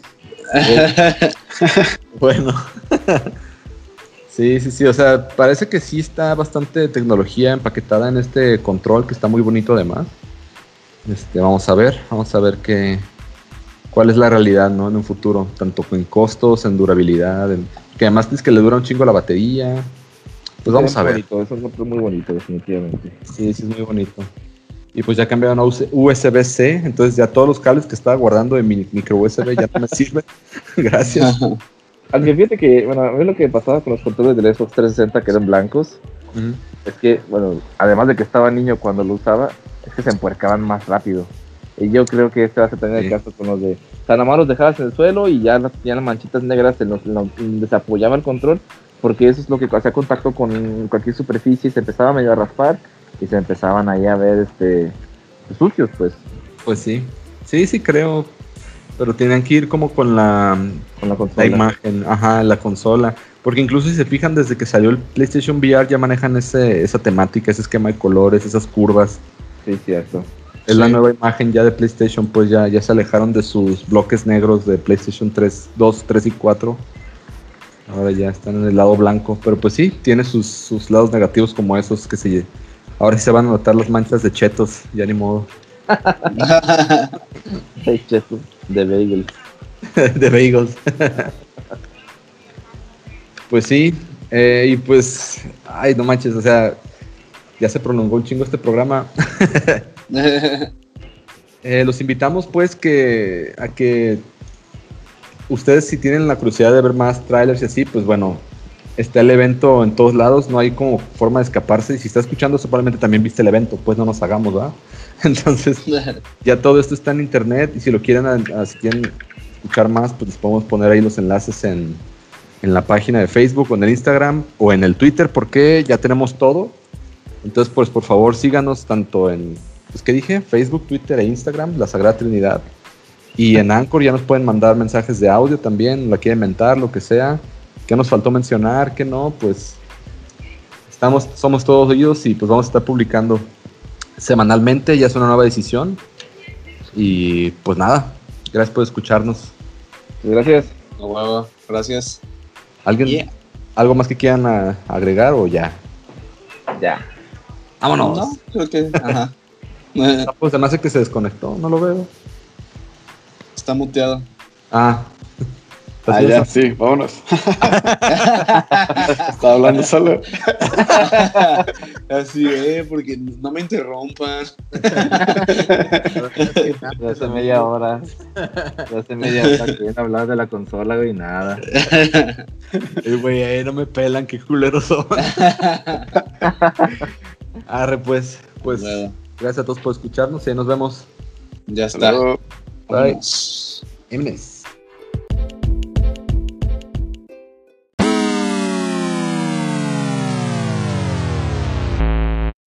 Bueno. Sí, sí, sí. O sea, parece que sí está bastante tecnología empaquetada en este control, que está muy bonito además. Este, vamos a ver, vamos a ver qué, cuál es la realidad, ¿no? En un futuro, tanto en costos, en durabilidad, en, que además es que le dura un chingo la batería. Pues vamos a ver. Bonito, eso es muy bonito, definitivamente. Sí, sí es muy bonito. Y pues ya cambiaron a U S B C, entonces ya todos los cables que estaba guardando en mi micro U S B ya no me sirven. Gracias. Aunque fíjate que, bueno, a mí lo que pasaba con los controles del Xbox trescientos sesenta que eran blancos, uh-huh. es que, bueno, además de que estaba niño cuando lo usaba, es que se empuercaban más rápido. Y yo creo que este va a tener sí. el caso con los de... O sea, nomás los dejabas en el suelo y ya las, ya las manchitas negras se los, los, les apoyaba el control, porque eso es lo que hacía contacto con cualquier superficie y se empezaba medio a raspar y se empezaban ahí a ver este sucios, pues. Pues sí, sí, sí creo, pero tienen que ir como con la, con la, consola. la imagen, ajá, la consola, porque incluso si se fijan desde que salió el PlayStation V R ya manejan ese, esa temática, ese esquema de colores, esas curvas. Sí, cierto. Es sí. la nueva imagen ya de PlayStation, pues ya, ya se alejaron de sus bloques negros de PlayStation tres, dos, tres y cuatro. Ahora ya están en el lado blanco, pero pues sí, tiene sus, sus lados negativos como esos que se... Ahora sí se van a notar las manchas de chetos, ya ni modo. De chetos, de bagels. De bagels. Pues sí, eh, y pues, ay, no manches, o sea, ya se prolongó un chingo este programa. eh, los invitamos pues que a que ustedes si tienen la curiosidad de ver más trailers y así, pues bueno, está el evento en todos lados, no hay como forma de escaparse, y si está escuchando eso probablemente también viste el evento, pues no nos hagamos, ¿verdad? Entonces ya todo esto está en internet y si lo quieren, a, a, si quieren escuchar más, pues les podemos poner ahí los enlaces en, en la página de Facebook o en el Instagram o en el Twitter, porque ya tenemos todo. Entonces pues por favor síganos tanto en, pues ¿qué dije? Facebook, Twitter e Instagram, La Sagrada Trinidad. Y en Anchor ya nos pueden mandar mensajes de audio también, la quieren mentar, lo que sea. ¿Qué nos faltó mencionar? ¿Qué no? Pues estamos, somos todos oídos y pues vamos a estar publicando semanalmente. Ya es una nueva decisión. Y pues nada, gracias por escucharnos. Gracias. No, huevo, gracias. ¿Alguien, yeah. ¿Algo más que quieran a, agregar o ya? Ya. Vámonos. No, creo que, ajá. No, pues además es que se desconectó, no lo veo. Está muteado. Ah. Ah, ya, sí, vámonos. Estaba hablando solo. Así, eh, porque no me interrumpan. Ya hace media hora. Ya hace media hora que vienen a hablar de la consola, güey, nada. Eh, güey, ahí no me pelan, qué culeros son. Arre, pues, pues, bueno. Gracias a todos por escucharnos y nos vemos. Ya está. Bye. Vámonos.